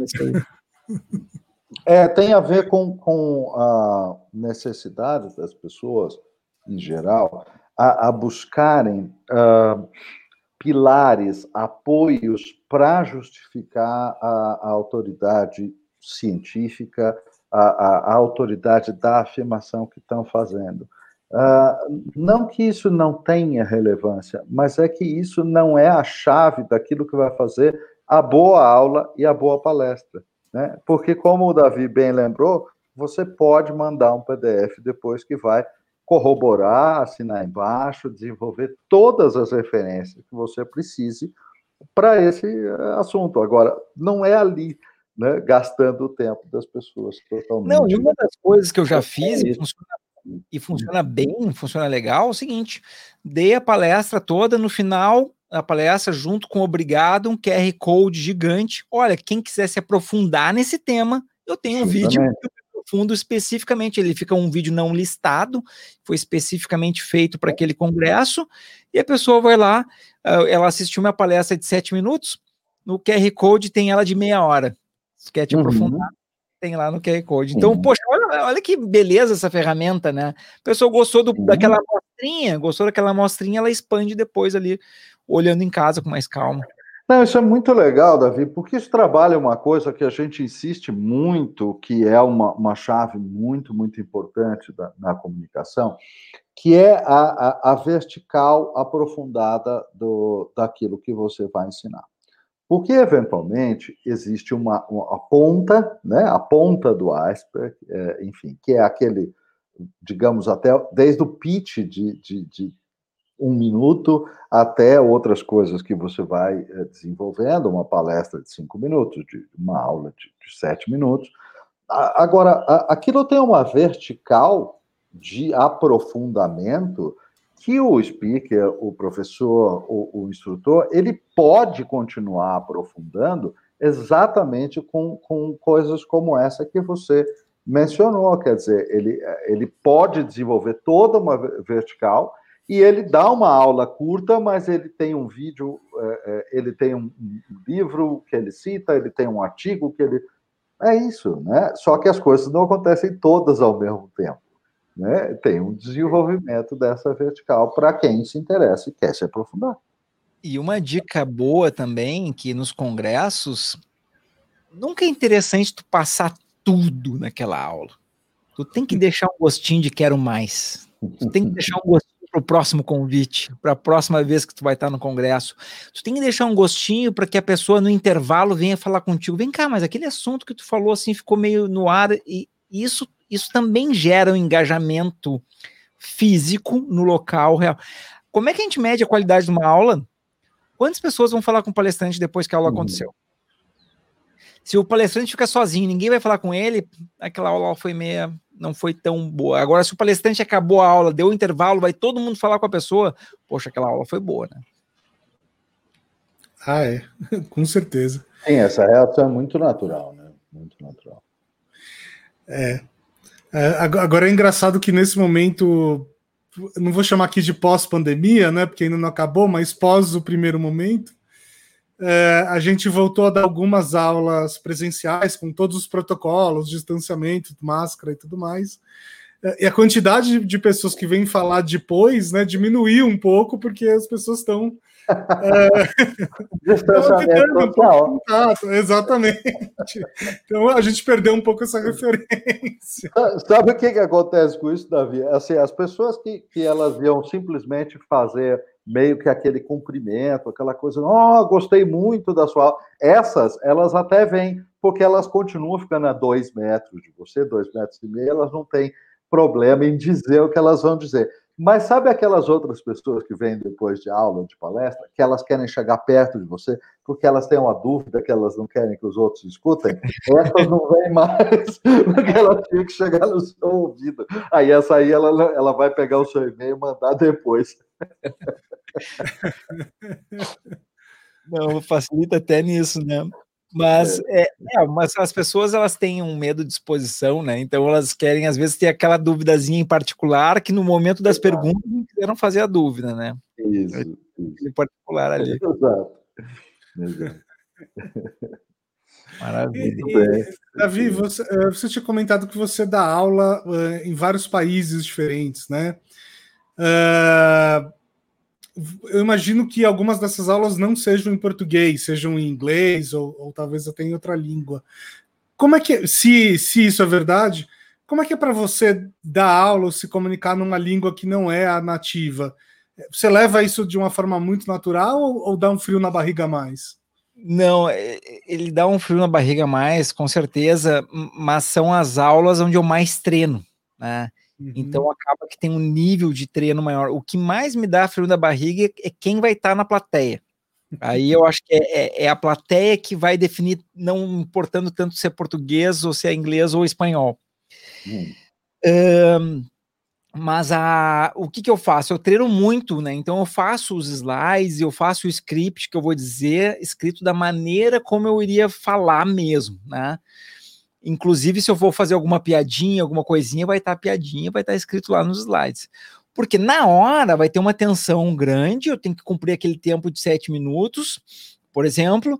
É, tem a ver com, com a necessidade das pessoas, em geral, a, a buscarem uh, pilares, apoios para justificar a, a autoridade científica, a, a, a autoridade da afirmação que estão fazendo. Uh, não que isso não tenha relevância, mas é que isso não é a chave daquilo que vai fazer a boa aula e a boa palestra, né? Porque, como o Davi bem lembrou, você pode mandar um P D F depois que vai corroborar, assinar embaixo, desenvolver todas as referências que você precise para esse assunto. Agora, não é ali, né, gastando o tempo das pessoas totalmente. Não, e uma das coisas que eu já fiz e funciona, e funciona bem, funciona legal, é o seguinte: dei a palestra toda, no final da palestra, junto com o obrigado, um Q R Code gigante. Olha, quem quiser se aprofundar nesse tema, eu tenho um vídeo que eu aprofundo especificamente. Ele fica um vídeo não listado, foi especificamente feito para aquele congresso, e a pessoa vai lá, ela assistiu minha palestra de sete minutos, no Q R Code tem ela de meia hora. Se quer te uhum. aprofundar, tem lá no Q R Code. Então, uhum. poxa, olha, olha que beleza essa ferramenta, né? A pessoa gostou do, uhum. daquela amostrinha, gostou daquela amostrinha, ela expande depois ali, olhando em casa com mais calma. Não, isso é muito legal, Davi, porque isso trabalha uma coisa que a gente insiste muito, que é uma, uma chave muito, muito importante da, na comunicação, que é a, a, a vertical aprofundada do, daquilo que você vai ensinar. Porque, eventualmente, existe uma, uma a ponta, né, a ponta do iceberg, é, enfim, que é aquele, digamos, até desde o pitch de, de, de um minuto até outras coisas que você vai é, desenvolvendo, uma palestra de cinco minutos, de uma aula de, de sete minutos. A, agora, a, aquilo tem uma vertical de aprofundamento que o speaker, o professor, o, o instrutor, ele pode continuar aprofundando exatamente com, com coisas como essa que você mencionou. Quer dizer, ele, ele pode desenvolver toda uma vertical e ele dá uma aula curta, mas ele tem um vídeo, ele tem um livro que ele cita, ele tem um artigo que ele... É isso, né? Só que as coisas não acontecem todas ao mesmo tempo. Né? Tem um desenvolvimento dessa vertical para quem se interessa e quer se aprofundar. E uma dica boa também, que nos congressos, nunca é interessante tu passar tudo naquela aula. Tu tem que deixar um gostinho de quero mais. Tu tem que deixar um gostinho para o próximo convite, para a próxima vez que tu vai estar no congresso. Tu tem que deixar um gostinho para que a pessoa no intervalo venha falar contigo. Vem cá, mas aquele assunto que tu falou assim ficou meio no ar, e isso Isso também gera um engajamento físico no local real. Como é que a gente mede a qualidade de uma aula? Quantas pessoas vão falar com o palestrante depois que a aula uhum. aconteceu? Se o palestrante fica sozinho, ninguém vai falar com ele, aquela aula foi meia, não foi tão boa. Agora, se o palestrante acabou a aula, deu um intervalo, vai todo mundo falar com a pessoa, poxa, aquela aula foi boa, né? Ah, é. Com certeza. Sim, essa reação é muito natural, né? Muito natural. É. Agora é engraçado que nesse momento, não vou chamar aqui de pós-pandemia, né, porque ainda não acabou, mas pós o primeiro momento, é, a gente voltou a dar algumas aulas presenciais com todos os protocolos, distanciamento, máscara e tudo mais. E a quantidade de pessoas que vêm falar depois, né, diminuiu um pouco, porque as pessoas estão... É, um pouco contato, exatamente. Então a gente perdeu um pouco essa referência. Sabe o que, que acontece com isso, Davi? Assim, as pessoas que, que elas iam simplesmente fazer meio que aquele cumprimento, aquela coisa, oh, gostei muito da sua aula. Essas, elas até vêm, porque elas continuam ficando a dois metros de você, dois metros e meio, elas não têm problema em dizer o que elas vão dizer. Mas sabe aquelas outras pessoas que vêm depois de aula, de palestra, que elas querem chegar perto de você, porque elas têm uma dúvida que elas não querem que os outros escutem? Essas não vêm mais, porque elas tinham que chegar no seu ouvido. Aí essa aí, ela, ela vai pegar o seu e-mail e mandar depois. Não, facilita até nisso, né? Mas, é. É, mas as pessoas, elas têm um medo de exposição, né? Então elas querem, às vezes, ter aquela duvidazinha em particular, que no momento das Exato. perguntas não quiseram fazer a dúvida, né? Isso. isso. Em particular ali. Exato. Exato. Maravilha. E, e, Davi, você, você tinha comentado que você dá aula uh, em vários países diferentes, né? Uh, eu imagino que algumas dessas aulas não sejam em português, sejam em inglês ou, ou talvez até em outra língua. Como é que, se, se isso é verdade, como é que é para você dar aula ou se comunicar numa língua que não é a nativa? Você leva isso de uma forma muito natural ou, ou dá um frio na barriga a mais? Não, ele dá um frio na barriga a mais, com certeza, mas são as aulas onde eu mais treino, né? Uhum. Então acaba que tem um nível de treino maior. O que mais me dá frio na barriga é quem vai estar na plateia. Aí eu acho que é, é, é a plateia que vai definir, não importando tanto se é português ou se é inglês ou espanhol. Hum. Um, mas a, o que, que eu faço? Eu treino muito, né? Então eu faço os slides, eu faço o script que eu vou dizer, escrito da maneira como eu iria falar mesmo, né? Inclusive, se eu for fazer alguma piadinha, alguma coisinha, vai estar piadinha, vai estar escrito lá nos slides. Porque na hora vai ter uma tensão grande, eu tenho que cumprir aquele tempo de sete minutos, por exemplo,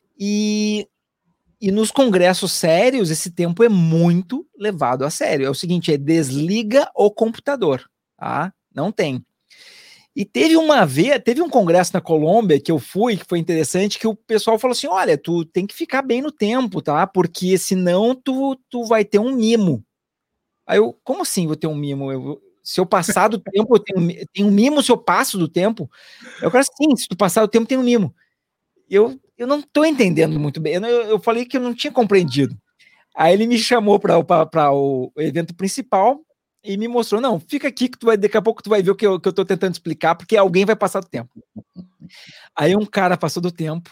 e, e nos congressos sérios, esse tempo é muito levado a sério. É o seguinte, é desliga o computador, tá? Não tem. E teve uma vez, teve um congresso na Colômbia que eu fui, que foi interessante, que o pessoal falou assim, olha, tu tem que ficar bem no tempo, tá? Porque senão tu, tu vai ter um mimo. Aí eu, como assim vou ter um mimo? Eu, se eu passar do tempo, eu tenho, tenho um mimo se eu passo do tempo? Eu quero assim, se tu passar do tempo, tem um mimo. Eu, eu não tô entendendo muito bem, eu, eu falei que eu não tinha compreendido. Aí ele me chamou para o evento principal, e me mostrou, não, fica aqui que tu vai, daqui a pouco tu vai ver o que eu, que eu tô tentando explicar, porque alguém vai passar do tempo. Aí um cara passou do tempo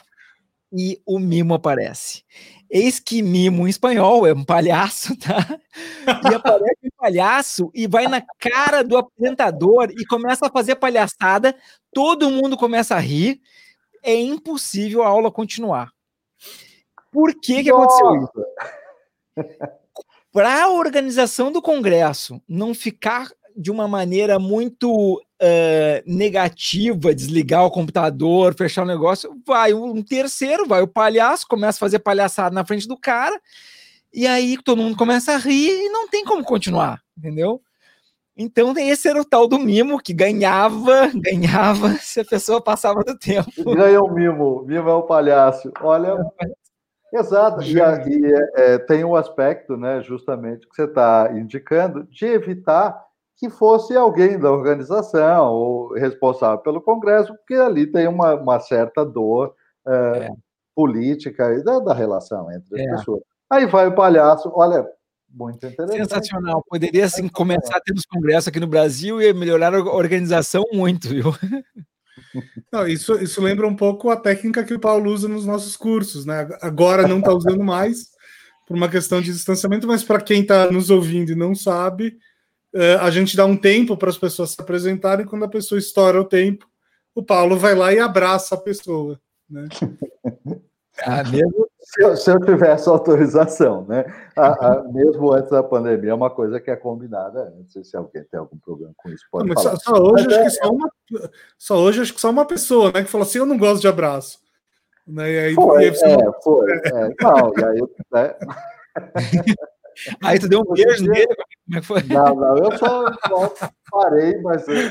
e o mimo aparece. Eis que mimo em espanhol é um palhaço, tá? E aparece um palhaço e vai na cara do apresentador e começa a fazer palhaçada, todo mundo começa a rir, é impossível a aula continuar. Por que que aconteceu isso? Para a organização do congresso não ficar de uma maneira muito uh, negativa, desligar o computador, fechar o negócio, vai um terceiro, vai o palhaço, começa a fazer palhaçada na frente do cara, e aí todo mundo começa a rir e não tem como continuar, entendeu? Então esse era o tal do mimo, que ganhava, ganhava se a pessoa passava do tempo. Ganha o mimo, mimo é o palhaço. Olha... Exato, e, a, e é, tem um aspecto, né, justamente, que você está indicando, de evitar que fosse alguém da organização ou responsável pelo Congresso, porque ali tem uma, uma certa dor é, é. política e da, da relação entre as é. pessoas. Aí vai o palhaço, olha, muito interessante. Sensacional, poderia assim, começar a ter os congressos aqui no Brasil e melhorar a organização muito, viu? Não, isso, isso lembra um pouco a técnica que o Paulo usa nos nossos cursos, né? Agora não está usando mais por uma questão de distanciamento, mas para quem está nos ouvindo e não sabe, a gente dá um tempo para as pessoas se apresentarem, e quando a pessoa estoura o tempo, o Paulo vai lá e abraça a pessoa, né? Ah, mesmo se eu, se eu tivesse autorização, né? A, a, mesmo antes da pandemia, é uma coisa que é combinada. Não sei se alguém tem algum problema com isso. Pode não, falar. Só, só hoje, mas acho é, que só, uma, só hoje acho que só uma pessoa, né? Que falou assim: eu não gosto de abraço. Né? E aí, foi, e aí você é, não... foi. É, não, e aí, né? Aí tu deu um beijo nele? Como é que foi? Não, não, eu só, só parei, mas, né?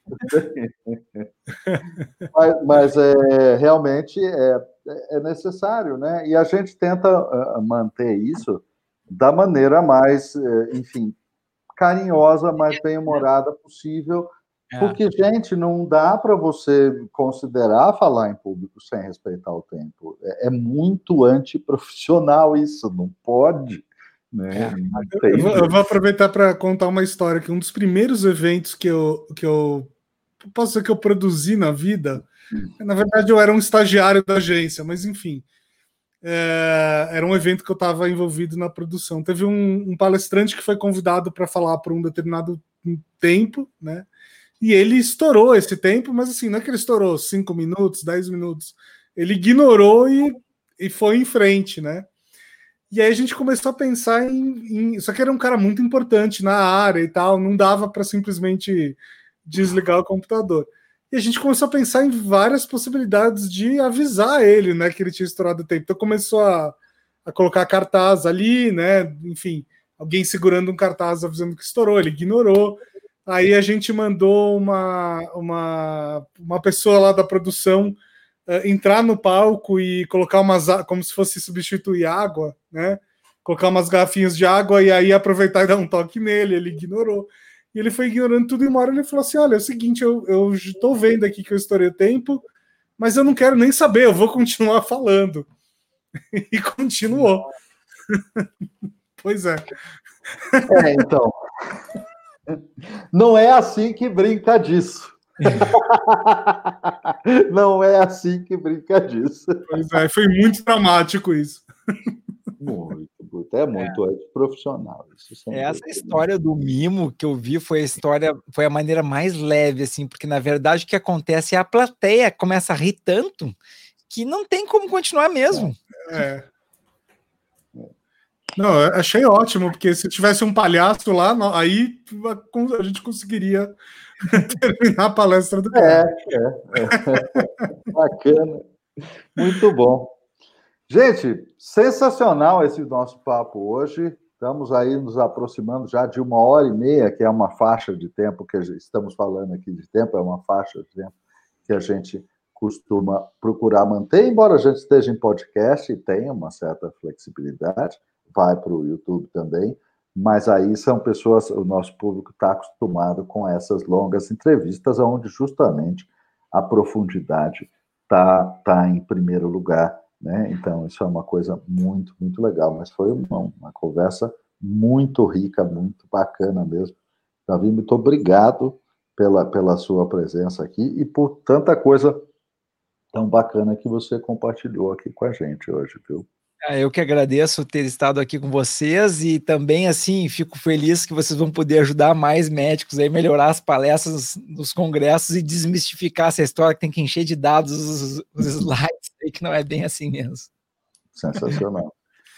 mas, mas é, realmente é, é necessário, né? E a gente tenta uh, manter isso da maneira mais, uh, enfim, carinhosa, mais bem-humorada possível, é. Porque, gente, não dá para você considerar falar em público sem respeitar o tempo. É, é muito antiprofissional isso, não pode. Né? É. Eu, vou, eu vou aproveitar para contar uma história que um dos primeiros eventos que eu, que eu posso dizer que eu produzi na vida, na verdade eu era um estagiário da agência, mas enfim, é, era um evento que eu estava envolvido na produção. Teve um, um palestrante que foi convidado para falar por um determinado tempo, né? E ele estourou esse tempo, mas assim, não é que ele estourou cinco minutos, dez minutos, ele ignorou e, e foi em frente, né? E aí a gente começou a pensar em, em... Só que era um cara muito importante na área e tal, não dava para simplesmente desligar o computador. E a gente começou a pensar em várias possibilidades de avisar ele, né, que ele tinha estourado o tempo. Então começou a, a colocar cartaz ali, né, enfim, alguém segurando um cartaz avisando que estourou, ele ignorou. Aí a gente mandou uma, uma, uma pessoa lá da produção Uh, entrar no palco e colocar umas, como se fosse substituir água, né? Colocar umas garrafinhas de água e aí aproveitar e dar um toque nele. Ele ignorou. E ele foi ignorando tudo e uma hora ele falou assim: olha, é o seguinte, eu, eu tô vendo aqui que eu estourei o tempo, mas eu não quero nem saber, eu vou continuar falando. E continuou. Pois é. É, então. Não é assim que brinca disso. Não é assim que brinca disso. Pois é, foi muito dramático isso. Muito, muito. É muito é. profissional. Isso, sem Essa dúvida. história do mimo que eu vi foi a história, foi a maneira mais leve, assim, porque na verdade o que acontece é a plateia começa a rir tanto que não tem como continuar mesmo. É. Não, eu achei ótimo, porque se tivesse um palhaço lá, aí a gente conseguiria terminar a palestra do cara. É, é, é. Bacana. Muito bom. Gente, sensacional esse nosso papo hoje. Estamos aí nos aproximando já de uma hora e meia, que é uma faixa de tempo que estamos falando aqui de tempo, é uma faixa de tempo que a gente costuma procurar manter, embora a gente esteja em podcast e tenha uma certa flexibilidade, vai para o YouTube também, mas aí são pessoas, o nosso público está acostumado com essas longas entrevistas, onde justamente a profundidade está tá em primeiro lugar, né? Então, isso é uma coisa muito, muito legal, mas foi uma, uma conversa muito rica, muito bacana mesmo. Davi, muito obrigado pela, pela sua presença aqui e por tanta coisa tão bacana que você compartilhou aqui com a gente hoje, viu? Eu que agradeço ter estado aqui com vocês e também, assim, fico feliz que vocês vão poder ajudar mais médicos a melhorar as palestras nos congressos e desmistificar essa história que tem que encher de dados os, os slides, que não é bem assim mesmo. Sensacional.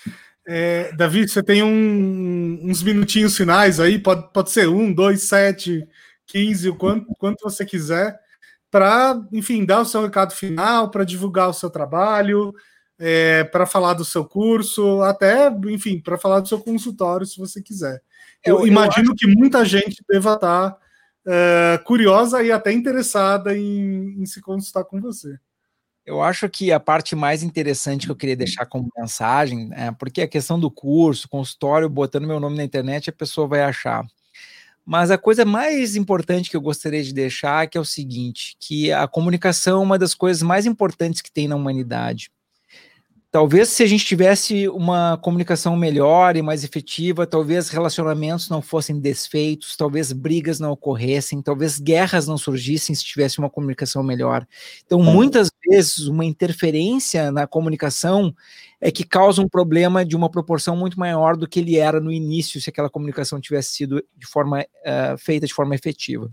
É, Davi, você tem um, uns minutinhos finais aí, pode, pode ser um, dois, sete, quinze, o quanto, quanto você quiser, para, enfim, dar o seu recado final, para divulgar o seu trabalho, é, para falar do seu curso, até, enfim, para falar do seu consultório, se você quiser. Eu, eu imagino eu acho... que muita gente deva estar é, curiosa e até interessada em, em se consultar com você. Eu acho que a parte mais interessante que eu queria deixar como mensagem, é porque a questão do curso, consultório, botando meu nome na internet, a pessoa vai achar. Mas a coisa mais importante que eu gostaria de deixar é que é o seguinte, que a comunicação é uma das coisas mais importantes que tem na humanidade. Talvez se a gente tivesse uma comunicação melhor e mais efetiva, talvez relacionamentos não fossem desfeitos, talvez brigas não ocorressem, talvez guerras não surgissem se tivesse uma comunicação melhor. Então, muitas vezes, uma interferência na comunicação é que causa um problema de uma proporção muito maior do que ele era no início, se aquela comunicação tivesse sido de forma, uh, feita de forma efetiva.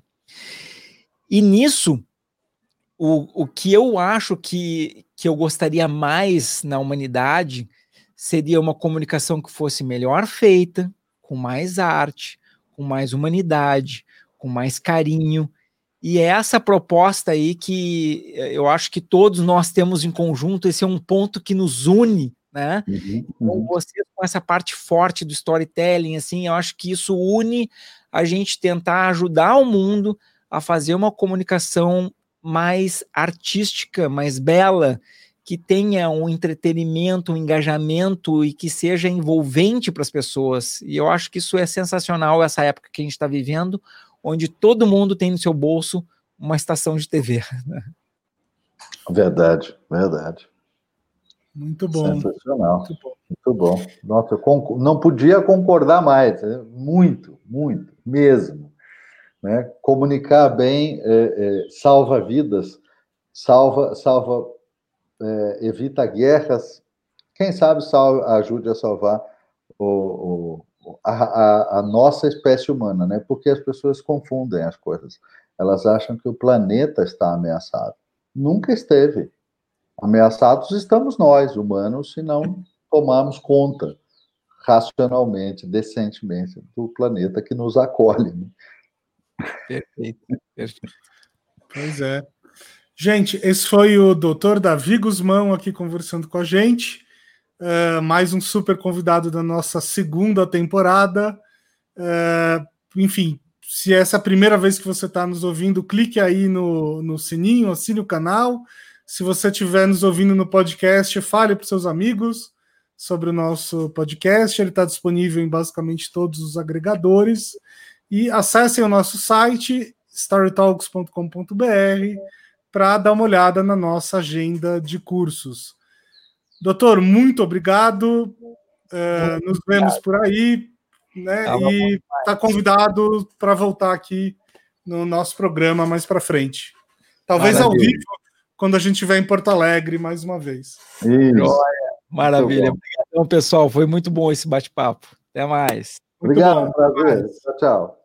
E nisso, O, o que eu acho que, que eu gostaria mais na humanidade seria uma comunicação que fosse melhor feita, com mais arte, com mais humanidade, com mais carinho. E é essa proposta aí que eu acho que todos nós temos em conjunto, esse é um ponto que nos une, né? Uhum, uhum. Com você, com essa parte forte do storytelling, assim, eu acho que isso une a gente tentar ajudar o mundo a fazer uma comunicação mais artística, mais bela, que tenha um entretenimento, um engajamento e que seja envolvente para as pessoas. E eu acho que isso é sensacional, essa época que a gente está vivendo, onde todo mundo tem no seu bolso uma estação de T V. Verdade, verdade. Muito bom. Sensacional. Muito bom. Muito bom. Nossa, eu não podia concordar mais. Muito, muito, mesmo. Né? Comunicar bem é, é, salva vidas, salva, salva é, evita guerras, quem sabe salva, ajude a salvar o, o, a, a, a nossa espécie humana, né? Porque as pessoas confundem as coisas. Elas acham que o planeta está ameaçado. Nunca esteve. Ameaçados estamos nós, humanos, se não tomarmos conta racionalmente, decentemente, do planeta que nos acolhe. Né? Perfeito, perfeito. Pois é. Gente, esse foi o doutor Davi Guzmão aqui conversando com a gente. Uh, mais um super convidado da nossa segunda temporada. Uh, enfim, se essa é a primeira vez que você está nos ouvindo, clique aí no, no sininho, assine o canal. Se você estiver nos ouvindo no podcast, fale para os seus amigos sobre o nosso podcast. Ele está disponível em basicamente todos os agregadores. E acessem o nosso site, storytalks ponto com ponto b r, para dar uma olhada na nossa agenda de cursos. Doutor, muito obrigado. Uh, nos vemos por aí. né? Tava e está convidado para voltar aqui no nosso programa mais para frente. Talvez Maravilha. Ao vivo, quando a gente estiver em Porto Alegre mais uma vez. Isso. Maravilha. Obrigado, pessoal. Foi muito bom esse bate-papo. Até mais. Muito Obrigado, bom. Prazer. Tchau, tchau.